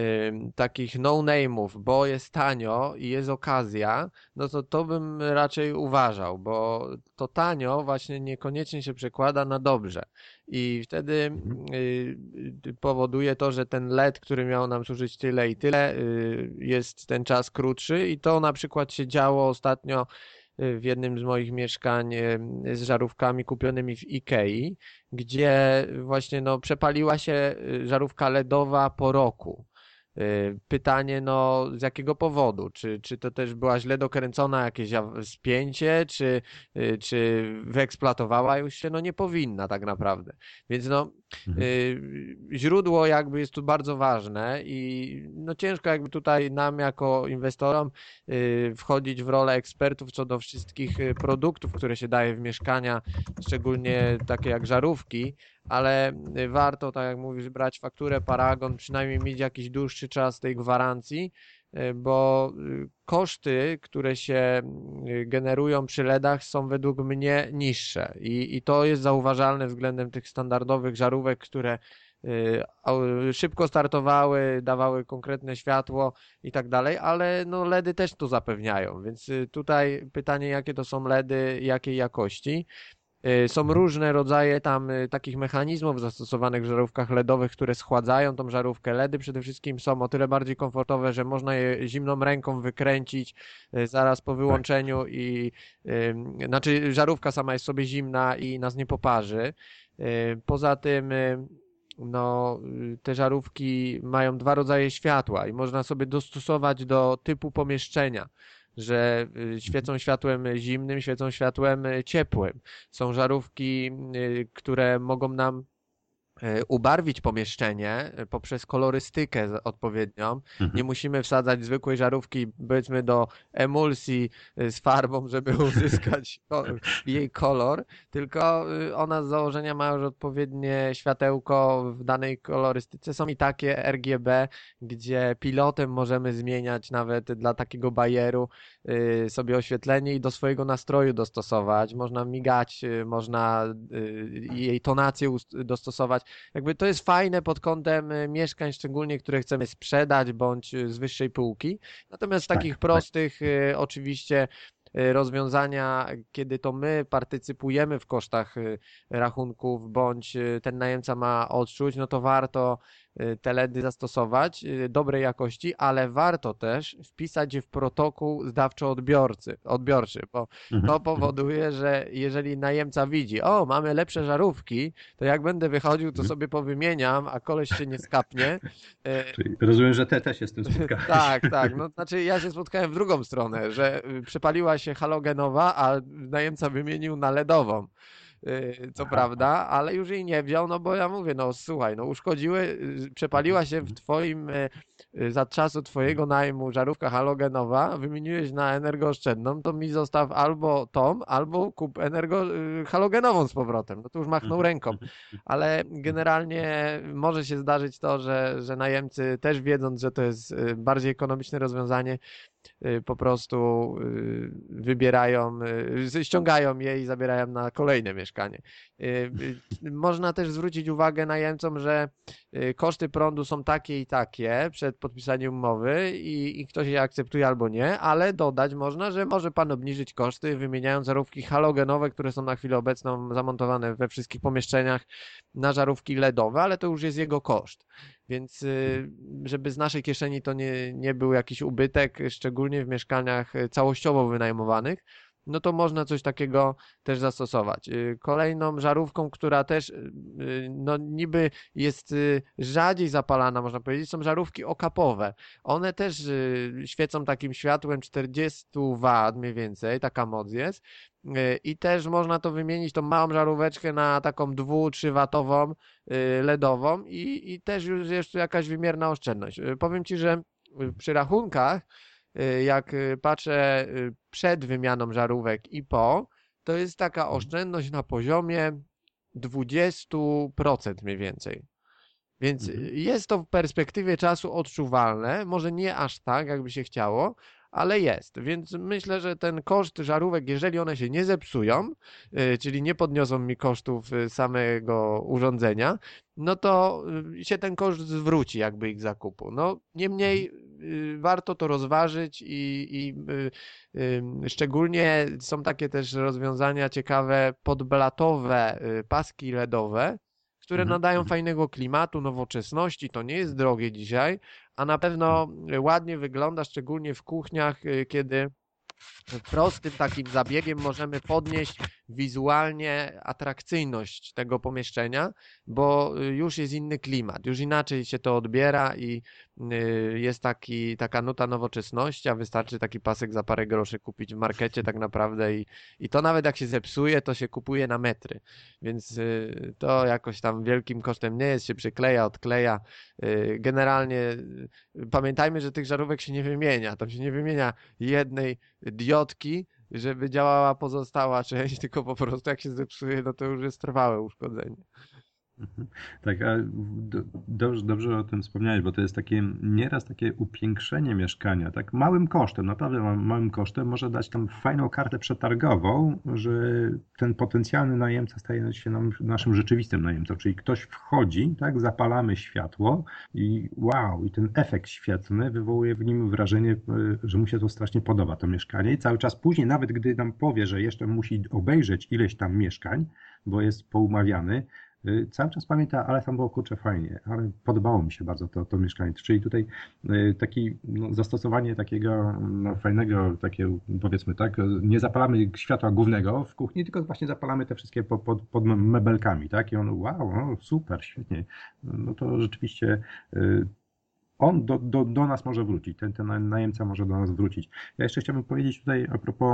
takich no-name'ów, bo jest tanio i jest okazja, no to bym raczej uważał, bo to tanio właśnie niekoniecznie się przekłada na dobrze. I wtedy powoduje to, że ten LED, który miał nam służyć tyle i tyle, jest ten czas krótszy i to na przykład się działo ostatnio w jednym z moich mieszkań z żarówkami kupionymi w Ikei, gdzie właśnie no, przepaliła się żarówka LEDowa po roku. Pytanie, no z jakiego powodu? Czy to też była źle dokręcona jakieś spięcie, czy wyeksploatowała już się? No nie powinna tak naprawdę. Więc no Mhm. źródło jakby jest tu bardzo ważne i no ciężko jakby tutaj nam jako inwestorom wchodzić w rolę ekspertów co do wszystkich produktów, które się daje w mieszkania, szczególnie takie jak żarówki, ale warto, tak jak mówisz, brać fakturę, paragon, przynajmniej mieć jakiś dłuższy czas tej gwarancji, bo koszty, które się generują przy LEDach są według mnie niższe i to jest zauważalne względem tych standardowych żarówek, które szybko startowały, dawały konkretne światło i tak dalej, ale no LEDy też to zapewniają, więc tutaj pytanie, jakie to są LEDy, jakiej jakości. Są różne rodzaje tam takich mechanizmów zastosowanych w żarówkach LEDowych, które schładzają tą żarówkę. LEDy przede wszystkim są o tyle bardziej komfortowe, że można je zimną ręką wykręcić zaraz po Tak. wyłączeniu i znaczy żarówka sama jest sobie zimna i nas nie poparzy. Poza tym no, te żarówki mają 2 rodzaje światła i można sobie dostosować do typu pomieszczenia. że świecą światłem zimnym, świecą światłem ciepłym. Są żarówki, które mogą nam ubarwić pomieszczenie poprzez kolorystykę odpowiednią. Nie Mhm. musimy wsadzać zwykłej żarówki, powiedzmy, do emulsji z farbą, żeby uzyskać jej kolor, tylko ona z założenia ma już odpowiednie światełko w danej kolorystyce. Są i takie RGB, gdzie pilotem możemy zmieniać nawet dla takiego bajeru sobie oświetlenie i do swojego nastroju dostosować. Można migać, można jej tonację dostosować. Jakby to jest fajne pod kątem mieszkań, szczególnie które chcemy sprzedać bądź z wyższej półki. Natomiast w takich Tak, tak. prostych, oczywiście, rozwiązania, kiedy to my partycypujemy w kosztach rachunków, bądź ten najemca ma odczuć, no to warto te LEDy zastosować dobrej jakości, ale warto też wpisać je w protokół odbiorczy, bo Mhm. to Mhm. powoduje, że jeżeli najemca widzi, o, mamy lepsze żarówki, to jak będę wychodził, to Mhm. sobie powymieniam, a koleś się nie skapnie. Czyli rozumiem, że ty też się z tym spotkałeś. Tak, tak. No, znaczy ja się spotkałem w drugą stronę, że przepaliła się halogenowa, a najemca wymienił na LEDową. Co prawda, Aha. ale już jej nie wziął, no bo ja mówię, no słuchaj, no przepaliła się w Mhm. twoim, za czasu twojego najmu żarówka halogenowa, wymieniłeś na energooszczędną, to mi zostaw albo tą, albo kup halogenową z powrotem. No to już machnął Mhm. ręką. Mhm. Ale generalnie może się zdarzyć to, że najemcy też wiedząc, że to jest bardziej ekonomiczne rozwiązanie, po prostu wybierają, ściągają je i zabierają na kolejne mieszkanie. Można też zwrócić uwagę najemcom, że koszty prądu są takie i takie przed podpisaniem umowy i ktoś je akceptuje albo nie, ale dodać można, że może pan obniżyć koszty wymieniając żarówki halogenowe, które są na chwilę obecną zamontowane we wszystkich pomieszczeniach na żarówki LEDowe, ale to już jest jego koszt. Więc żeby z naszej kieszeni to nie był jakiś ubytek, szczególnie w mieszkaniach całościowo wynajmowanych, no to można coś takiego też zastosować. Kolejną żarówką, która też no niby jest rzadziej zapalana, można powiedzieć, są żarówki okapowe. One też świecą takim światłem 40 W mniej więcej, taka moc jest. I też można to wymienić, tą małą żaróweczkę na taką 2-3 watową LEDową i też już jest tu jakaś wymierna oszczędność. Powiem Ci, że przy rachunkach, jak patrzę przed wymianą żarówek i po, to jest taka Mhm. oszczędność na poziomie 20% mniej więcej. Więc Mhm. jest to w perspektywie czasu odczuwalne, może nie aż tak, jakby się chciało, ale jest. Więc myślę, że ten koszt żarówek, jeżeli one się nie zepsują, czyli nie podniosą mi kosztów samego urządzenia, no to się ten koszt zwróci jakby ich zakupu. No, Mhm. niemniej warto to rozważyć i szczególnie są takie też rozwiązania ciekawe, podblatowe paski LEDowe, które Mhm. nadają Mhm. fajnego klimatu, nowoczesności. To nie jest drogie dzisiaj, a na pewno ładnie wygląda, szczególnie w kuchniach, kiedy prostym takim zabiegiem możemy podnieść wizualnie atrakcyjność tego pomieszczenia, bo już jest inny klimat, już inaczej się to odbiera i jest taka nuta nowoczesności, a wystarczy taki pasek za parę groszy kupić w markecie tak naprawdę i to nawet jak się zepsuje, to się kupuje na metry, więc to jakoś tam wielkim kosztem nie jest, się przykleja, odkleja. Generalnie pamiętajmy, że tych żarówek się nie wymienia, tam się nie wymienia jednej diodki, żeby działała pozostała część, tylko po prostu jak się zepsuje, no to już jest trwałe uszkodzenie. Mhm. Tak, a dobrze, dobrze o tym wspomniałeś, bo to jest takie nieraz takie upiększenie mieszkania, tak małym kosztem, naprawdę małym kosztem może dać tam fajną kartę przetargową, że ten potencjalny najemca staje się naszym rzeczywistym najemcą, czyli ktoś wchodzi, tak, zapalamy światło i wow, i ten efekt świetlny wywołuje w nim wrażenie, że mu się to strasznie podoba, to mieszkanie i cały czas później, nawet gdy nam powie, że jeszcze musi obejrzeć ileś tam mieszkań, bo jest poumawiany, cały czas pamięta, ale tam było kurczę fajnie, ale podobało mi się bardzo to mieszkanie. Czyli tutaj taki no, zastosowanie takiego no, fajnego, takiego powiedzmy tak, nie zapalamy światła głównego w kuchni, tylko właśnie zapalamy te wszystkie pod mebelkami, tak? I on wow, super, świetnie. No to rzeczywiście on do nas może wrócić, ten najemca może do nas wrócić. Ja jeszcze chciałbym powiedzieć tutaj a propos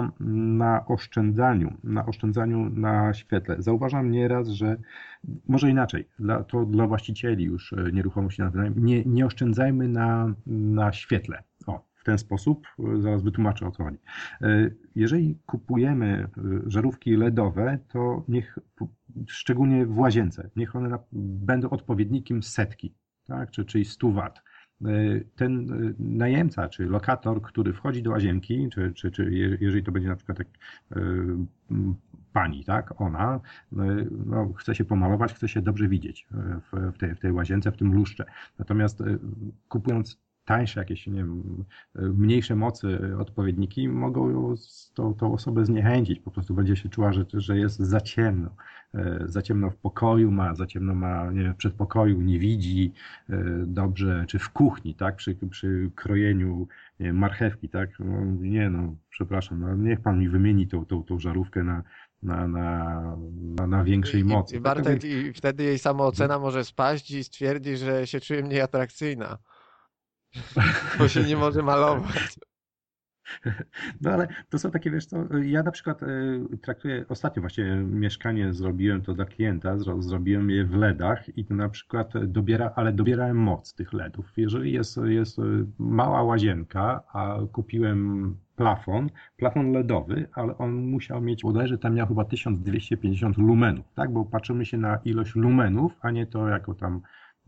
na oszczędzaniu na świetle. Zauważam nieraz, że może inaczej, to dla właścicieli już nieruchomości na wynajem, nie oszczędzajmy na świetle. O, w ten sposób, zaraz wytłumaczę o co chodzi. Jeżeli kupujemy żarówki LEDowe, to niech, szczególnie w łazience, niech one będą odpowiednikiem setki, tak, czyli 100 W. Ten najemca, czy lokator, który wchodzi do łazienki, czy jeżeli to będzie na przykład tak, pani, tak, ona no, chce się pomalować, chce się dobrze widzieć w tej łazience, w tym lustrze. Natomiast kupując tańsze jakieś, nie wiem, mniejsze mocy odpowiedniki mogą ją, tą osobę zniechęcić. Po prostu będzie się czuła, że jest za ciemno. Za ciemno w pokoju ma, za ciemno ma, nie wiem, w przedpokoju, nie widzi dobrze, czy w kuchni, tak, przy krojeniu, nie wiem, marchewki, tak. No, nie no, przepraszam, no, niech pan mi wymieni tą żarówkę na większej mocy. I wtedy jej samoocena może spaść i stwierdzi, że się czuje mniej atrakcyjna, bo się nie może malować. No ale to są takie, wiesz co, ja na przykład traktuję, ostatnio właśnie mieszkanie zrobiłem to dla klienta, zrobiłem je w LEDach i to na przykład dobierałem moc tych LEDów. Jeżeli jest mała łazienka, a kupiłem plafon LEDowy, ale on musiał mieć, bodajże tam miał chyba 1250 lumenów, tak? Bo patrzymy się na ilość lumenów, a nie to jako tam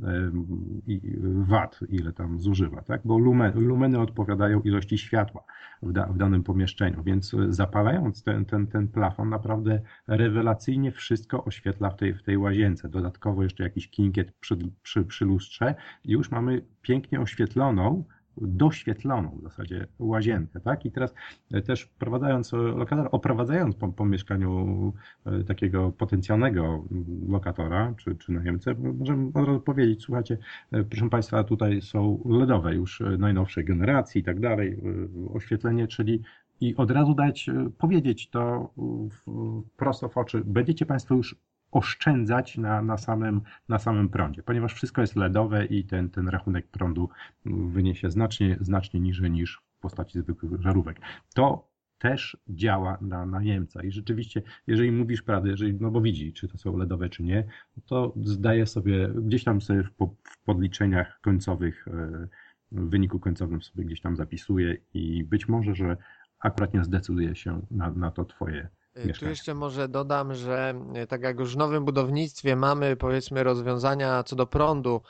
wat, ile tam zużywa, tak? Bo lumeny odpowiadają ilości światła w danym pomieszczeniu, więc zapalając ten plafon naprawdę rewelacyjnie wszystko oświetla w tej łazience. Dodatkowo jeszcze jakiś kinkiet przy lustrze i już mamy pięknie doświetloną w zasadzie łazienkę, tak? I teraz też oprowadzając po mieszkaniu takiego potencjalnego lokatora czy najemcę, możemy od razu powiedzieć, słuchajcie, proszę Państwa, tutaj są LEDowe już najnowszej generacji i tak dalej, oświetlenie, czyli i od razu powiedzieć to prosto w oczy, będziecie Państwo już oszczędzać na samym prądzie, ponieważ wszystko jest LEDowe i ten rachunek prądu wyniesie znacznie niżej niż w postaci zwykłych żarówek. To też działa na najemca i rzeczywiście, jeżeli mówisz prawdę, no bo widzi, czy to są LEDowe, czy nie, to zdaje sobie, gdzieś tam sobie w podliczeniach końcowych, w wyniku końcowym sobie gdzieś tam zapisuje i być może, że akurat nie zdecyduje się na to twoje Tu mieszkanie. jeszcze może dodam, że tak jak już w nowym budownictwie mamy powiedzmy rozwiązania co do prądu,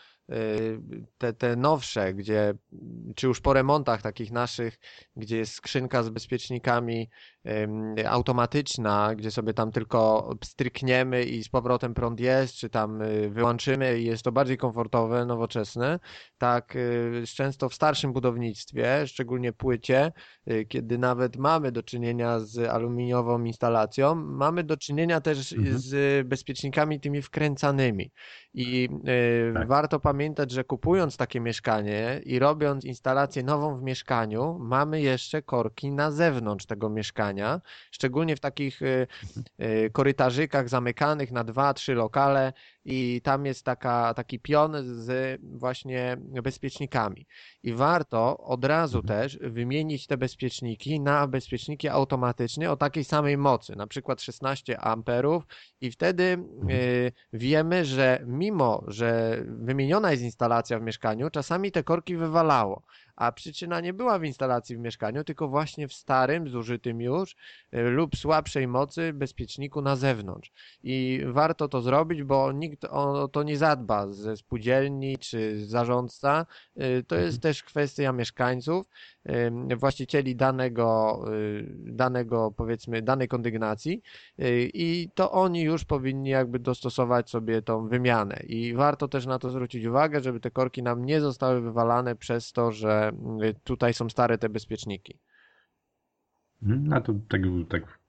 te nowsze, gdzie czy już po remontach takich naszych, gdzie jest skrzynka z bezpiecznikami automatyczna, gdzie sobie tam tylko strykniemy i z powrotem prąd jest, czy tam wyłączymy i jest to bardziej komfortowe, nowoczesne. Tak często w starszym budownictwie, szczególnie płycie, kiedy nawet mamy do czynienia z aluminiową instalacją, mamy do czynienia też z bezpiecznikami tymi wkręcanymi. I Tak. warto pamiętać, że kupując takie mieszkanie i robiąc instalację nową w mieszkaniu, mamy jeszcze korki na zewnątrz tego mieszkania, szczególnie w takich korytarzykach zamykanych na 2-3 lokale i tam jest taki pion z właśnie bezpiecznikami. I warto od razu też wymienić te bezpieczniki na bezpieczniki automatyczne o takiej samej mocy, na przykład 16 amperów i wtedy wiemy, że mimo, że wymieniona jest instalacja w mieszkaniu, czasami te korki wywalało. A przyczyna nie była w instalacji w mieszkaniu, tylko właśnie w starym, zużytym już lub słabszej mocy bezpieczniku na zewnątrz. I warto to zrobić, bo nikt o to nie zadba ze spółdzielni czy zarządca. To jest też kwestia mieszkańców, właścicieli powiedzmy danej kondygnacji i to oni już powinni jakby dostosować sobie tą wymianę. I warto też na to zwrócić uwagę, żeby te korki nam nie zostały wywalane przez to, że tutaj są stare te bezpieczniki. No to tak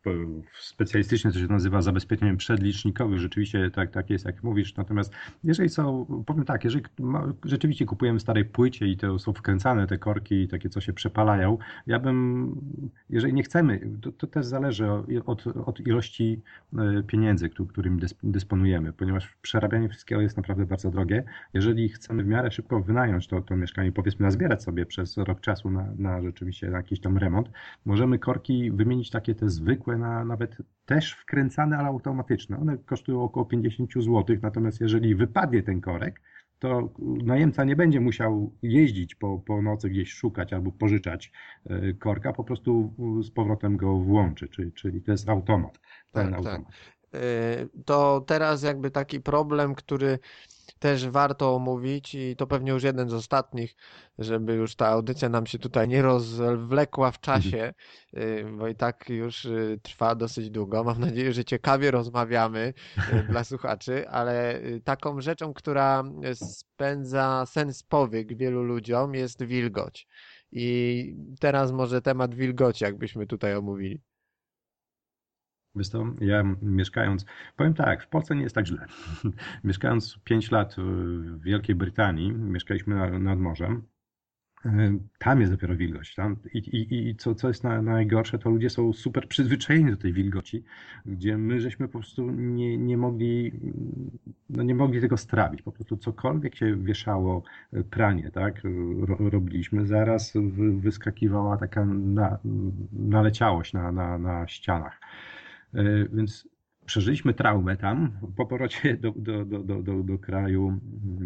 specjalistycznie to się nazywa zabezpieczeniem przedlicznikowych. Rzeczywiście tak jest, jak mówisz. Natomiast jeżeli są, powiem tak, jeżeli rzeczywiście kupujemy starej płycie i to są wkręcane te korki, takie co się przepalają, ja bym, jeżeli nie chcemy, to też zależy od ilości pieniędzy, którymi dysponujemy, ponieważ przerabianie wszystkiego jest naprawdę bardzo drogie. Jeżeli chcemy w miarę szybko wynająć to mieszkanie, powiedzmy nazbierać sobie przez rok czasu na rzeczywiście jakiś tam remont, możemy korki wymienić takie te zwykłe, nawet też wkręcane, ale automatyczne. One kosztują około 50 zł, natomiast jeżeli wypadnie ten korek, to najemca nie będzie musiał jeździć po nocy gdzieś szukać albo pożyczać korka, po prostu z powrotem go włączy, czyli to jest automat, pełen Tak, tak. automat. To teraz jakby taki problem, który też warto omówić i to pewnie już jeden z ostatnich, żeby już ta audycja nam się tutaj nie rozwlekła w czasie, bo i tak już trwa dosyć długo. Mam nadzieję, że ciekawie rozmawiamy dla słuchaczy, ale taką rzeczą, która spędza sens powiek wielu ludziom, jest wilgoć. I teraz może temat wilgoci, jakbyśmy tutaj omówili. Wiesz co, ja mieszkając, powiem tak, w Polsce nie jest tak źle. Mieszkając 5 lat w Wielkiej Brytanii, mieszkaliśmy nad morzem. Tam jest dopiero wilgoć. Tam, I co jest najgorsze, to ludzie są super przyzwyczajeni do tej wilgoci, gdzie my żeśmy po prostu nie mogli, no nie mogli tego strawić. Po prostu cokolwiek się wieszało, pranie, tak, robiliśmy, zaraz wyskakiwała taka naleciałość na ścianach. Więc przeżyliśmy traumę tam po powrocie do kraju.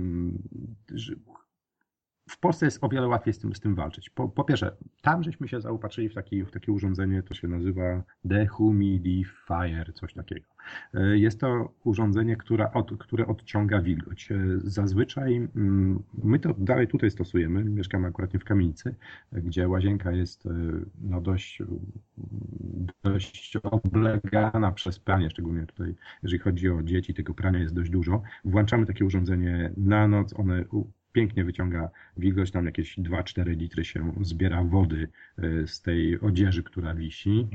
W Polsce jest o wiele łatwiej z tym walczyć. Po pierwsze, tam żeśmy się zaopatrzyli w takie urządzenie, to się nazywa dehumidifier, coś takiego. Jest to urządzenie, które odciąga wilgoć. Zazwyczaj my to dalej tutaj stosujemy. Mieszkamy akurat w kamienicy, gdzie łazienka jest no dość oblegana przez pranie, szczególnie tutaj, jeżeli chodzi o dzieci, tego prania jest dość dużo. Włączamy takie urządzenie na noc, one pięknie wyciąga wilgoć, tam jakieś 2-4 litry się zbiera wody z tej odzieży, która wisi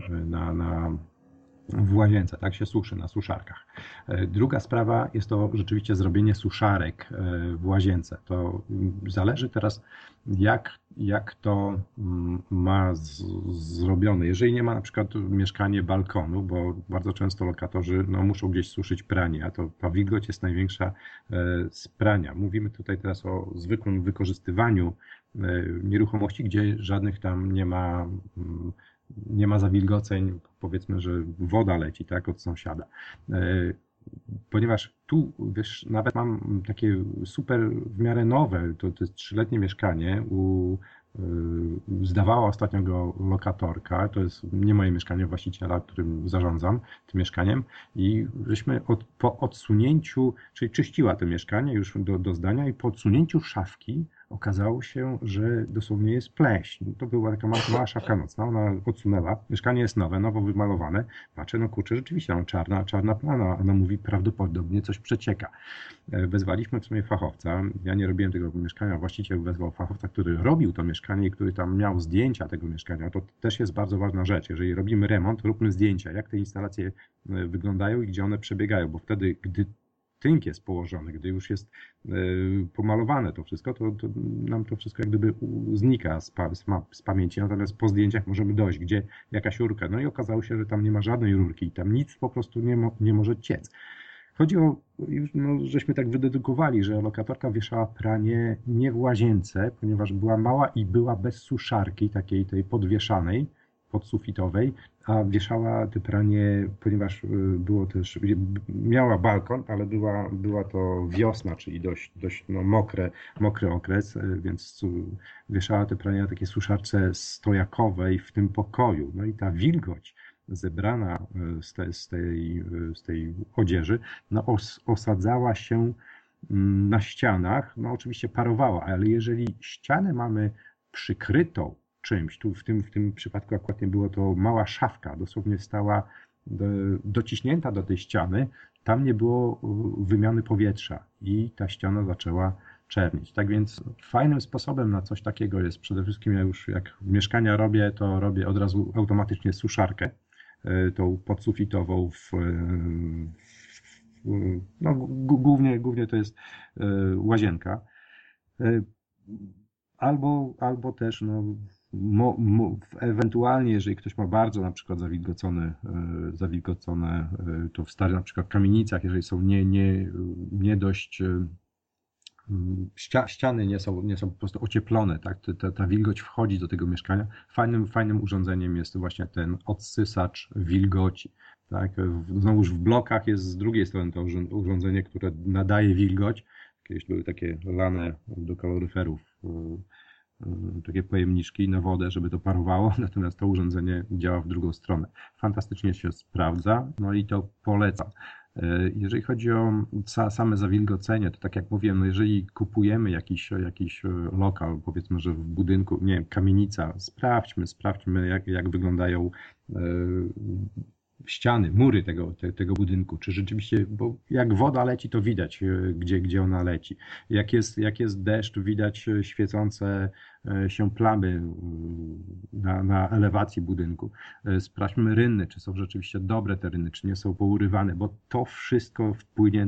w łazience, tak się suszy na suszarkach. Druga sprawa jest to rzeczywiście zrobienie suszarek w łazience. To zależy teraz jak to ma zrobione. Jeżeli nie ma na przykład mieszkanie balkonu, bo bardzo często lokatorzy no, muszą gdzieś suszyć pranie, a to ta wilgoć jest największa z prania. Mówimy tutaj teraz o zwykłym wykorzystywaniu nieruchomości, gdzie żadnych tam nie ma zawilgoceń, powiedzmy, że woda leci tak, od sąsiada. Ponieważ tu, wiesz, nawet mam takie super w miarę nowe, to jest 3-letnie mieszkanie, zdawała ostatnio go lokatorka, to jest nie moje mieszkanie, właściciela, którym zarządzam tym mieszkaniem i żeśmy po odsunięciu, czyli czyściła to mieszkanie już do zdania i po odsunięciu szafki okazało się, że dosłownie jest pleśń. To była taka mała szafka nocna, ona odsunęła. Mieszkanie jest nowe, nowo wymalowane. Patrzę, no kurczę, rzeczywiście mam czarna plama. Ona mówi, prawdopodobnie coś przecieka. Wezwaliśmy w sumie fachowca. Ja nie robiłem tego mieszkania, właściciel wezwał fachowca, który robił to mieszkanie i który tam miał zdjęcia tego mieszkania. To też jest bardzo ważna rzecz. Jeżeli robimy remont, róbmy zdjęcia, jak te instalacje wyglądają i gdzie one przebiegają, bo wtedy, gdy tynk jest położony, gdy już jest pomalowane to wszystko, to nam to wszystko jak gdyby znika z pamięci, natomiast po zdjęciach możemy dojść, gdzie jakaś rurka, no i okazało się, że tam nie ma żadnej rurki i tam nic po prostu nie może ciec. Chodzi o, no, żeśmy tak wydedukowali, że lokatorka wieszała pranie nie w łazience, ponieważ była mała i była bez suszarki, takiej tej podwieszanej, podsufitowej, a wieszała te pranie, ponieważ było też, miała balkon, ale była to wiosna, czyli dość no, mokry okres, więc wieszała te prania na takiej suszarce stojakowej w tym pokoju. No i ta wilgoć zebrana z tej odzieży, no, osadzała się na ścianach, no oczywiście parowała, ale jeżeli ścianę mamy przykrytą czymś, tu w tym przypadku akurat nie było to mała szafka, dosłownie stała dociśnięta do tej ściany, tam nie było wymiany powietrza i ta ściana zaczęła czernieć. Tak więc fajnym sposobem na coś takiego jest przede wszystkim, ja już jak mieszkania robię, to robię od razu automatycznie suszarkę tą podsufitową no, głównie to jest łazienka. Albo też no, ewentualnie, jeżeli ktoś ma bardzo na przykład zawilgocone, to w starych na przykład kamienicach, jeżeli są nie dość ściany nie są po prostu ocieplone, tak? Ta wilgoć wchodzi do tego mieszkania. Fajnym urządzeniem jest właśnie ten odsysacz wilgoci. Tak? Znowuż w blokach jest z drugiej strony to urządzenie, które nadaje wilgoć. Kiedyś były takie lane do kaloryferów, takie pojemniczki na wodę, żeby to parowało, natomiast to urządzenie działa w drugą stronę. Fantastycznie się sprawdza, no i to polecam. Jeżeli chodzi o same zawilgocenie, to tak jak mówiłem, no jeżeli kupujemy jakiś lokal, powiedzmy, że w budynku, nie wiem, kamienica, sprawdźmy jak wyglądają ściany, mury tego budynku, czy rzeczywiście, bo jak woda leci, to widać, gdzie ona leci. Jak jest deszcz, widać świecące się plamy na elewacji budynku. Sprawdźmy rynny, czy są rzeczywiście dobre te rynny, czy nie są pourywane, bo to wszystko wpłynie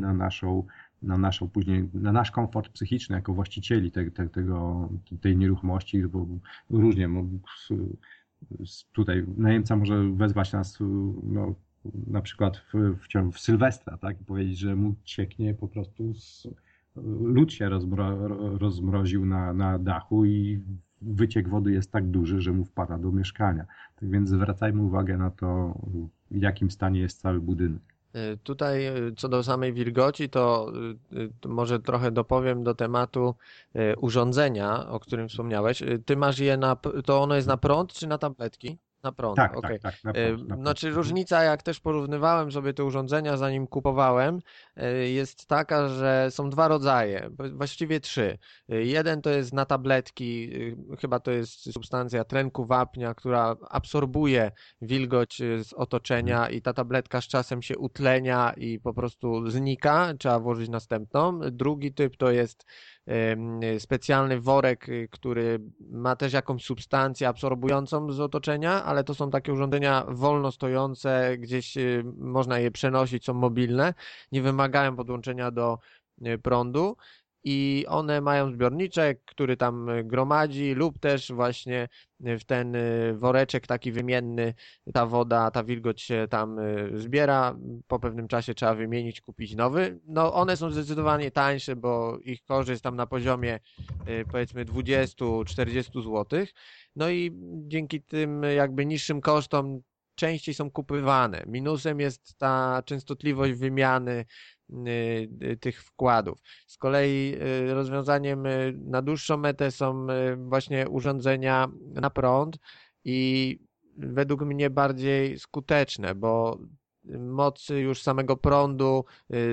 na nasz komfort psychiczny jako właścicieli tej nieruchomości, bo różnie, tutaj najemca może wezwać nas, no, na przykład w Sylwestra, tak, i powiedzieć, że mu cieknie po prostu lód się rozmroził na dachu i wyciek wody jest tak duży, że mu wpada do mieszkania. Tak więc zwracajmy uwagę na to, w jakim stanie jest cały budynek. Tutaj co do samej wilgoci, to może trochę dopowiem do tematu urządzenia, o którym wspomniałeś. Ty masz to ono jest na prąd czy na tabletki? Na prąd, Tak, okej. tak, na prąd. Znaczy różnica, jak też porównywałem sobie te urządzenia, zanim kupowałem, jest taka, że są dwa rodzaje, właściwie trzy. Jeden to jest na tabletki, chyba to jest substancja tlenku wapnia, która absorbuje wilgoć z otoczenia i ta tabletka z czasem się utlenia i po prostu znika, trzeba włożyć następną. Drugi typ to jest specjalny worek, który ma też jakąś substancję absorbującą z otoczenia, ale to są takie urządzenia wolno stojące, gdzieś można je przenosić, są mobilne, nie wymagają podłączenia do prądu i one mają zbiorniczek, który tam gromadzi lub też właśnie w ten woreczek taki wymienny ta woda, ta wilgoć się tam zbiera, po pewnym czasie trzeba wymienić, kupić nowy. No one są zdecydowanie tańsze, bo ich koszt jest tam na poziomie powiedzmy 20-40 zł. No i dzięki tym jakby niższym kosztom częściej są kupywane. Minusem jest ta częstotliwość wymiany tych wkładów. Z kolei rozwiązaniem na dłuższą metę są właśnie urządzenia na prąd i według mnie bardziej skuteczne, bo moc już samego prądu,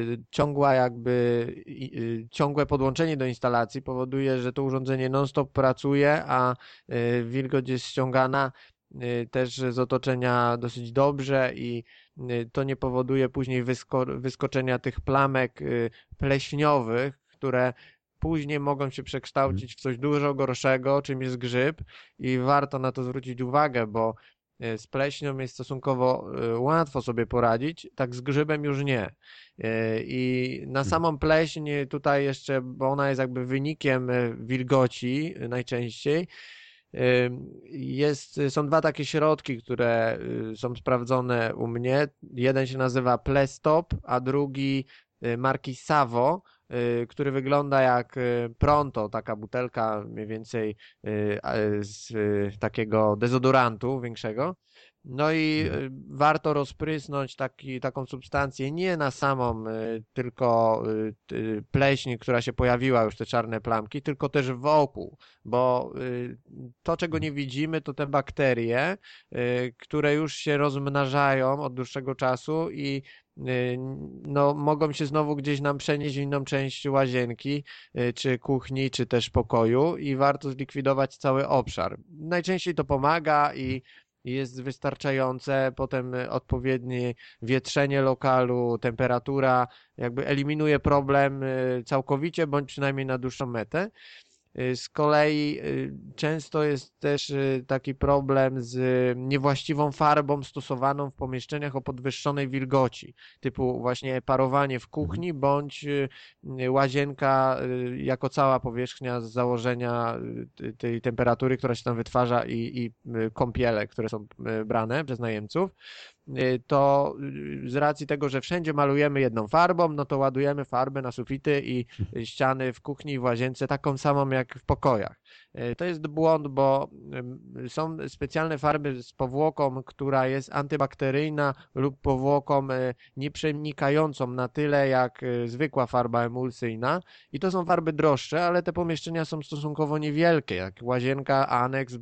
ciągłe podłączenie do instalacji powoduje, że to urządzenie non-stop pracuje, a wilgoć jest ściągana też z otoczenia dosyć dobrze i to nie powoduje później wyskoczenia tych plamek pleśniowych, które później mogą się przekształcić w coś dużo gorszego, czym jest grzyb i warto na to zwrócić uwagę, bo z pleśnią jest stosunkowo łatwo sobie poradzić, tak z grzybem już nie. I na samą pleśń tutaj jeszcze, bo ona jest jakby wynikiem wilgoci najczęściej, są dwa takie środki, które są sprawdzone u mnie. Jeden się nazywa Plestop, a drugi marki Savo, który wygląda jak Pronto, taka butelka mniej więcej z takiego dezodorantu większego. No i warto rozprysnąć taką substancję nie na samą tylko pleśń, która się pojawiła, już te czarne plamki, tylko też wokół, bo to, czego nie widzimy, to te bakterie, które już się rozmnażają od dłuższego czasu i no, mogą się znowu gdzieś nam przenieść w inną część łazienki, czy kuchni, czy też pokoju i warto zlikwidować cały obszar. Najczęściej to pomaga i jest wystarczające, potem odpowiednie wietrzenie lokalu, temperatura jakby eliminuje problem całkowicie, bądź przynajmniej na dłuższą metę. Z kolei często jest też taki problem z niewłaściwą farbą stosowaną w pomieszczeniach o podwyższonej wilgoci, typu właśnie parowanie w Mhm. kuchni bądź łazienka jako cała powierzchnia z założenia tej temperatury, która się tam wytwarza i kąpiele, które są brane przez najemców. To z racji tego, że wszędzie malujemy jedną farbą, no to ładujemy farbę na sufity i ściany w kuchni i w łazience taką samą jak w pokojach. To jest błąd, bo są specjalne farby z powłoką, która jest antybakteryjna lub powłoką nieprzenikającą na tyle jak zwykła farba emulsyjna i to są farby droższe, ale te pomieszczenia są stosunkowo niewielkie, jak łazienka, aneks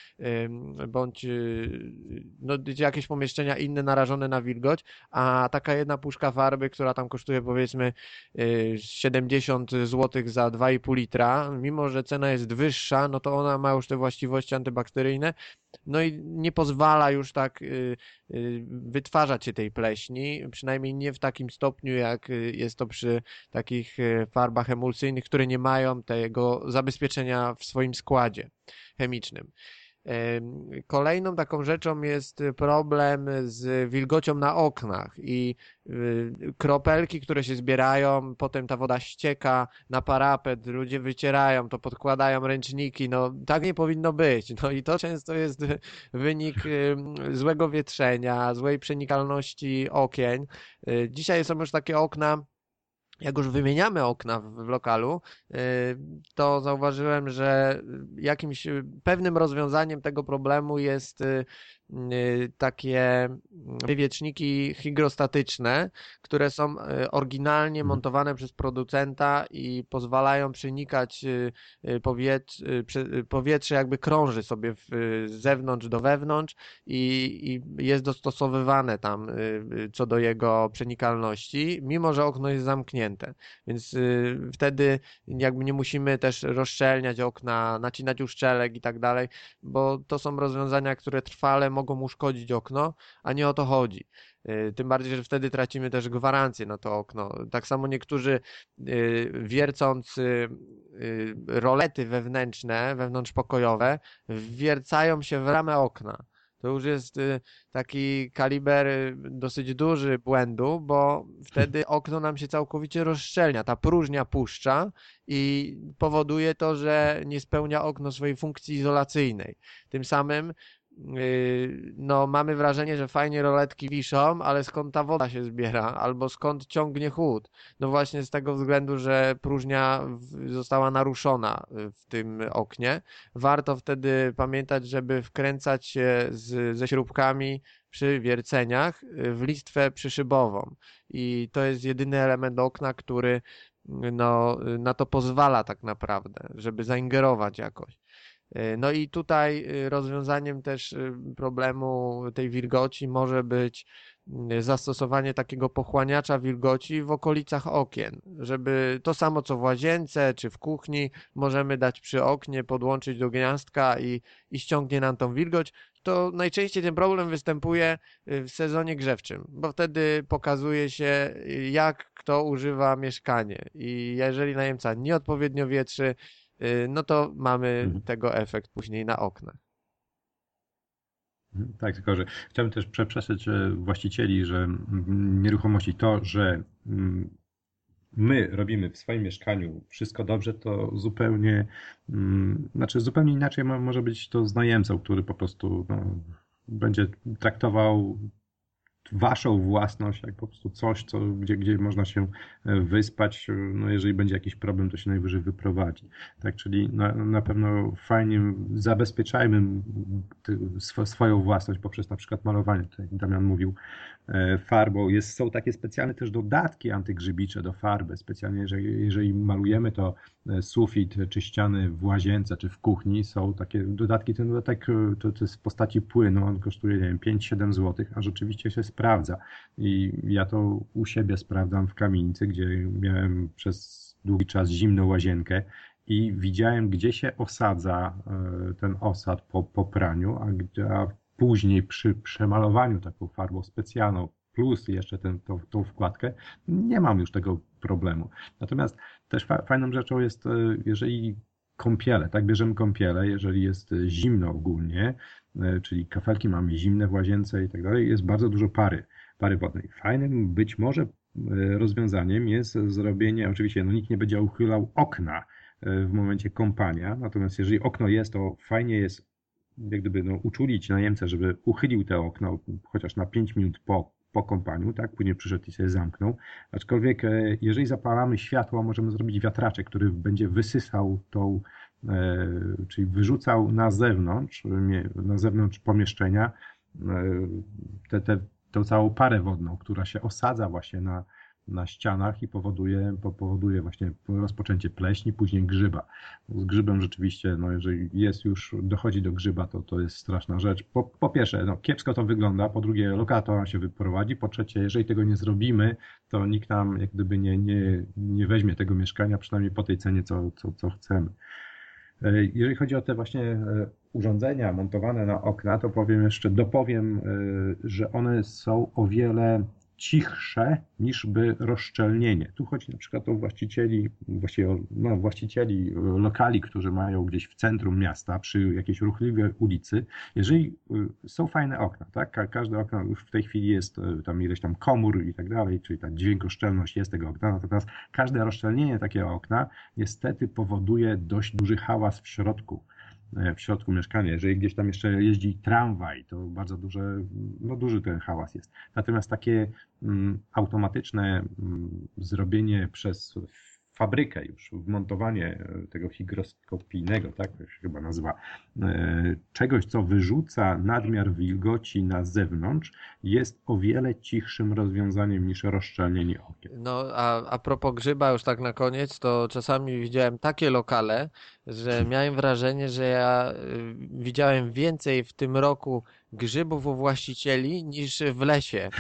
bądź no, jakieś pomieszczenia inne narażone na wilgoć, a taka jedna puszka farby, która tam kosztuje powiedzmy 70 zł za 2,5 litra, mimo że cena jest wyższa, no to ona ma już te właściwości antybakteryjne, no i nie pozwala już tak wytwarzać się tej pleśni, przynajmniej nie w takim stopniu, jak jest to przy takich farbach emulsyjnych, które nie mają tego zabezpieczenia w swoim składzie chemicznym. Kolejną taką rzeczą jest problem z wilgocią na oknach i kropelki, które się zbierają, potem ta woda ścieka na parapet, ludzie wycierają to, podkładają ręczniki, no tak nie powinno być. No i to często jest wynik złego wietrzenia, złej przenikalności okien. Dzisiaj są już takie okna, jak już wymieniamy okna w lokalu, to zauważyłem, że jakimś pewnym rozwiązaniem tego problemu jest takie wywieczniki hygrostatyczne, które są oryginalnie Mhm. montowane przez producenta i pozwalają przenikać powietrze jakby krąży sobie z zewnątrz do wewnątrz i jest dostosowywane tam co do jego przenikalności, mimo że okno jest zamknięte. Więc wtedy jakby nie musimy też rozszczelniać okna, nacinać uszczelek i tak dalej, bo to są rozwiązania, które trwale mogą uszkodzić okno, a nie o to chodzi. Tym bardziej, że wtedy tracimy też gwarancję na to okno. Tak samo niektórzy wiercąc rolety wewnętrzne, wewnątrzpokojowe, wwiercają się w ramę okna. To już jest taki kaliber dosyć duży błędu, bo wtedy okno nam się całkowicie rozszczelnia, ta próżnia puszcza i powoduje to, że nie spełnia okno swojej funkcji izolacyjnej. Tym samym no, mamy wrażenie, że fajnie roletki wiszą, ale skąd ta woda się zbiera, albo skąd ciągnie chłód? No właśnie z tego względu, że próżnia została naruszona w tym oknie. Warto wtedy pamiętać, żeby wkręcać się ze śrubkami przy wierceniach w listwę przyszybową. I to jest jedyny element okna, który no, na to pozwala tak naprawdę, żeby zaingerować jakoś. No i tutaj rozwiązaniem też problemu tej wilgoci może być zastosowanie takiego pochłaniacza wilgoci w okolicach okien, żeby to samo co w łazience czy w kuchni możemy dać przy oknie, podłączyć do gniazdka i ściągnie nam tą wilgoć. To najczęściej ten problem występuje w sezonie grzewczym, bo wtedy pokazuje się, jak kto używa mieszkanie i jeżeli najemca nieodpowiednio wietrzy, no to mamy Mhm. tego efekt później na oknach. Tak, tylko że chciałbym też przestrzec właścicieli, że nieruchomości to, że my robimy w swoim mieszkaniu wszystko dobrze, to zupełnie, znaczy zupełnie inaczej może być to z najemcą, który po prostu no, będzie traktował waszą własność, jak po prostu coś, gdzie można się wyspać. No jeżeli będzie jakiś problem, to się najwyżej wyprowadzi. Tak, czyli na pewno fajnie zabezpieczajmy swoją własność poprzez na przykład malowanie. Tutaj Damian mówił farbą. Są takie specjalne też dodatki antygrzybicze do farby. Specjalnie, jeżeli malujemy to sufit czy ściany w łazience czy w kuchni, są takie dodatki. Ten dodatek to jest w postaci płynu. On kosztuje, nie wiem, 5-7 zł, a rzeczywiście się sprawdza. I ja to u siebie sprawdzam w kamienicy, gdzie miałem przez długi czas zimną łazienkę i widziałem, gdzie się osadza ten osad po praniu, a później przy przemalowaniu taką farbą specjalną, plus jeszcze tą wkładkę, nie mam już tego problemu. Natomiast też fajną rzeczą jest, jeżeli kąpiele, tak, bierzemy kąpiele, jeżeli jest zimno ogólnie, czyli kafelki mamy zimne w łazience i tak dalej, jest bardzo dużo pary wodnej. Fajnym być może rozwiązaniem jest zrobienie, oczywiście no, nikt nie będzie uchylał okna w momencie kąpania, natomiast jeżeli okno jest, to fajnie jest jak gdyby no, uczulić najemcę, żeby uchylił te okno chociaż na 5 minut po kąpaniu, tak? Później przyszedł i sobie zamknął. Aczkolwiek jeżeli zapalamy światło, możemy zrobić wiatraczek, który będzie wysysał czyli wyrzucał na zewnątrz pomieszczenia tą całą parę wodną, która się osadza właśnie na ścianach i powoduje właśnie rozpoczęcie pleśni, później grzyba. Z grzybem rzeczywiście, no jeżeli dochodzi do grzyba, to jest straszna rzecz. Po pierwsze, no, kiepsko to wygląda, po drugie, lokator się wyprowadzi, po trzecie, jeżeli tego nie zrobimy, to nikt nam jak gdyby nie weźmie tego mieszkania, przynajmniej po tej cenie, co chcemy. Jeżeli chodzi o te właśnie urządzenia montowane na okna, to dopowiem, że one są o wiele cichsze niż by rozszczelnienie. Tu chodzi na przykład o właścicieli lokali, którzy mają gdzieś w centrum miasta, przy jakiejś ruchliwej ulicy. Jeżeli są fajne okna, tak? Każde okno już w tej chwili jest tam ileś tam komór i tak dalej, czyli ta dźwiękoszczelność jest tego okna, natomiast każde rozszczelnienie takiego okna niestety powoduje dość duży hałas w środku mieszkania. Jeżeli gdzieś tam jeszcze jeździ tramwaj, to bardzo duży ten hałas jest. Natomiast takie automatyczne zrobienie przez fabrykę już, wmontowanie tego hygroskopijnego, tak to się chyba nazywa, czegoś, co wyrzuca nadmiar wilgoci na zewnątrz, jest o wiele cichszym rozwiązaniem niż rozszczelnienie okien. No, a propos grzyba, już tak na koniec, to czasami widziałem takie lokale, że miałem wrażenie, że ja widziałem więcej w tym roku grzybów u właścicieli niż w lesie.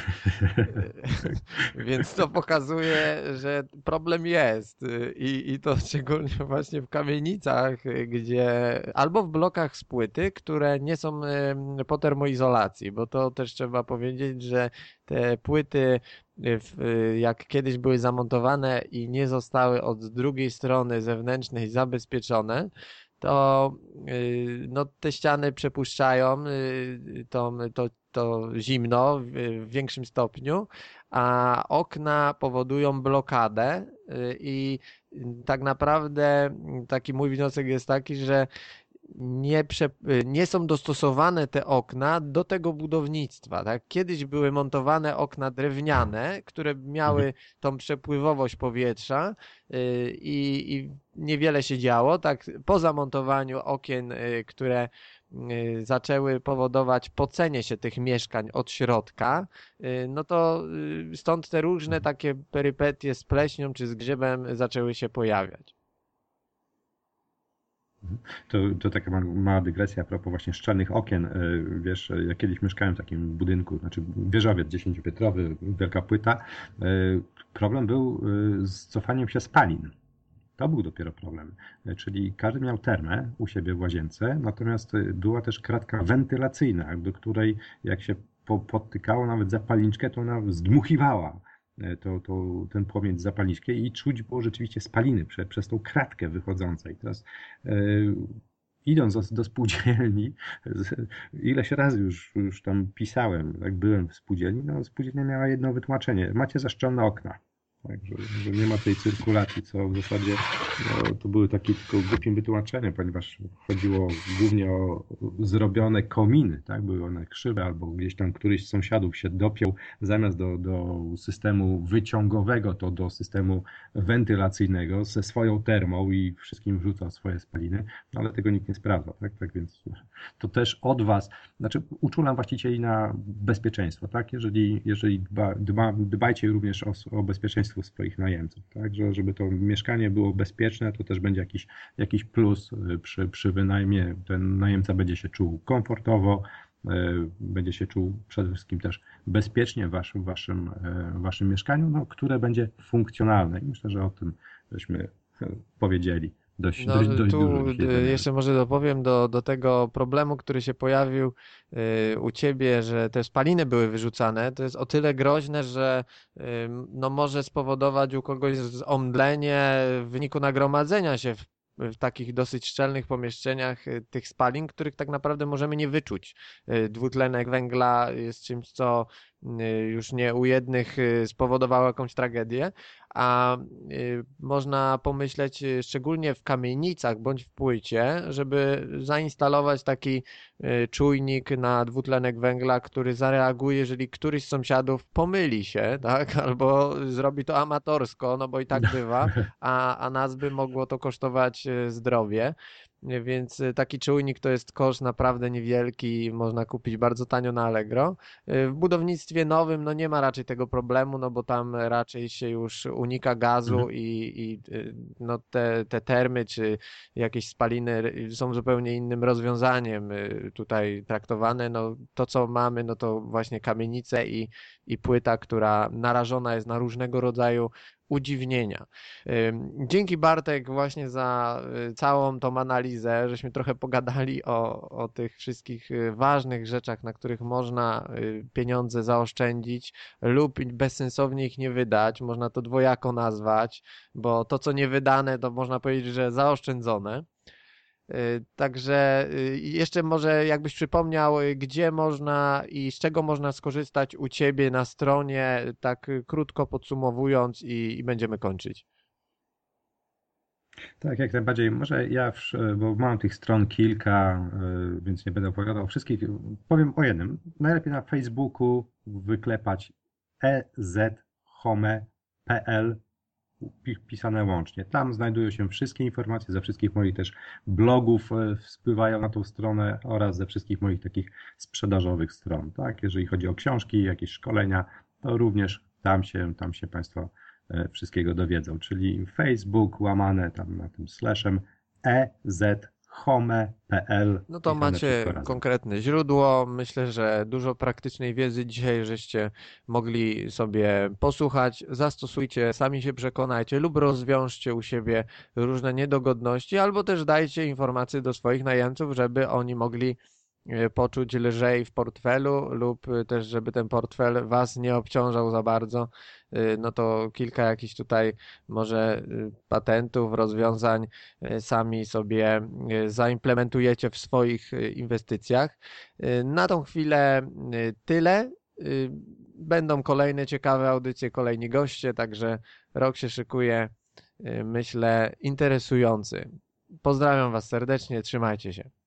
Więc to pokazuje, że problem jest i to szczególnie właśnie w kamienicach, gdzie albo w blokach z płyty, które nie są po termoizolacji, bo to też trzeba powiedzieć, że te płyty jak kiedyś były zamontowane i nie zostały od drugiej strony zewnętrznej zabezpieczone, to no, te ściany przepuszczają to zimno w większym stopniu, a okna powodują blokadę i tak naprawdę taki mój wniosek jest taki, że nie są dostosowane te okna do tego budownictwa. Tak? Kiedyś były montowane okna drewniane, które miały tą przepływowość powietrza i niewiele się działo. Tak, po zamontowaniu okien, które zaczęły powodować pocenie się tych mieszkań od środka, no to stąd te różne takie perypetie z pleśnią czy z grzybem zaczęły się pojawiać. To taka mała dygresja a propos właśnie szczelnych okien. Wiesz, ja kiedyś mieszkałem w takim budynku, znaczy wieżowiec 10-piętrowy, wielka płyta. Problem był z cofaniem się spalin. To był dopiero problem. Czyli każdy miał termę u siebie w łazience, natomiast była też kratka wentylacyjna, do której jak się podtykało nawet zapalniczkę, to ona zdmuchiwała ten płomień z zapalniczki i czuć było rzeczywiście spaliny przez tą kratkę wychodzącej. Teraz idąc do spółdzielni, ileś razy już tam pisałem, jak byłem w spółdzielni, no spółdzielnia miała jedno wytłumaczenie. Macie zaszczelone okna. Tak, że nie ma tej cyrkulacji, co w zasadzie no, to były takie tylko głupim wytłumaczeniem, ponieważ chodziło głównie o zrobione kominy, tak? Były one krzywe albo gdzieś tam któryś z sąsiadów się dopiął zamiast do systemu wyciągowego, to do systemu wentylacyjnego ze swoją termą i wszystkim wrzucał swoje spaliny, no, ale tego nikt nie sprawdzał, tak? Tak więc to też od Was, znaczy uczulam właścicieli na bezpieczeństwo, tak? Jeżeli dbajcie również o bezpieczeństwo swoich najemców, tak? Żeby to mieszkanie było bezpieczne, to też będzie jakiś plus przy wynajmie. Ten najemca będzie się czuł komfortowo, będzie się czuł przede wszystkim też bezpiecznie w waszym mieszkaniu, no, które będzie funkcjonalne. I myślę, że o tym żeśmy powiedzieli dość Tu dużo. jeszcze może dopowiem do tego problemu, który się pojawił u ciebie, że te spaliny były wyrzucane. To jest o tyle groźne, że no, może spowodować u kogoś omdlenie w wyniku nagromadzenia się w takich dosyć szczelnych pomieszczeniach tych spalin, których tak naprawdę możemy nie wyczuć. Dwutlenek węgla jest czymś, co już nie u jednych spowodowało jakąś tragedię, a można pomyśleć szczególnie w kamienicach bądź w płycie, żeby zainstalować taki czujnik na dwutlenek węgla, który zareaguje, jeżeli któryś z sąsiadów pomyli się, tak, albo zrobi to amatorsko, no bo i tak bywa, a nas by mogło to kosztować zdrowie. Więc taki czujnik to jest koszt naprawdę niewielki, można kupić bardzo tanio na Allegro. W budownictwie nowym no nie ma raczej tego problemu, no bo tam raczej się już unika gazu i no te termy czy jakieś spaliny są zupełnie innym rozwiązaniem tutaj traktowane. No to co mamy, no to właśnie kamienice i płyta, która narażona jest na różnego rodzaju udziwnienia. Dzięki Bartek właśnie za całą tą analizę, żeśmy trochę pogadali o tych wszystkich ważnych rzeczach, na których można pieniądze zaoszczędzić lub bezsensownie ich nie wydać. Można to dwojako nazwać, bo to co nie wydane to można powiedzieć, że zaoszczędzone. Także jeszcze może jakbyś przypomniał, gdzie można i z czego można skorzystać u Ciebie na stronie, tak krótko podsumowując i będziemy kończyć. Tak, jak najbardziej. Może ja, bo mam tych stron kilka, więc nie będę opowiadał o wszystkich. Powiem o jednym. Najlepiej na Facebooku wyklepać ezhome.pl pisane łącznie. Tam znajdują się wszystkie informacje ze wszystkich moich też blogów spływają na tą stronę oraz ze wszystkich moich takich sprzedażowych stron. Tak? Jeżeli chodzi o książki, jakieś szkolenia, to również tam się Państwo wszystkiego dowiedzą. Czyli Facebook łamane tam na tym slashem ezhome.pl. No to macie konkretne źródło. Myślę, że dużo praktycznej wiedzy dzisiaj żeście mogli sobie posłuchać. Zastosujcie, sami się przekonajcie lub rozwiążcie u siebie różne niedogodności, albo też dajcie informacje do swoich najemców, żeby oni mogli poczuć lżej w portfelu lub też, żeby ten portfel was nie obciążał za bardzo, no to kilka jakichś tutaj może patentów, rozwiązań sami sobie zaimplementujecie w swoich inwestycjach. Na tą chwilę tyle. Będą kolejne ciekawe audycje, kolejni goście, także rok się szykuje, myślę, interesujący. Pozdrawiam was serdecznie, trzymajcie się.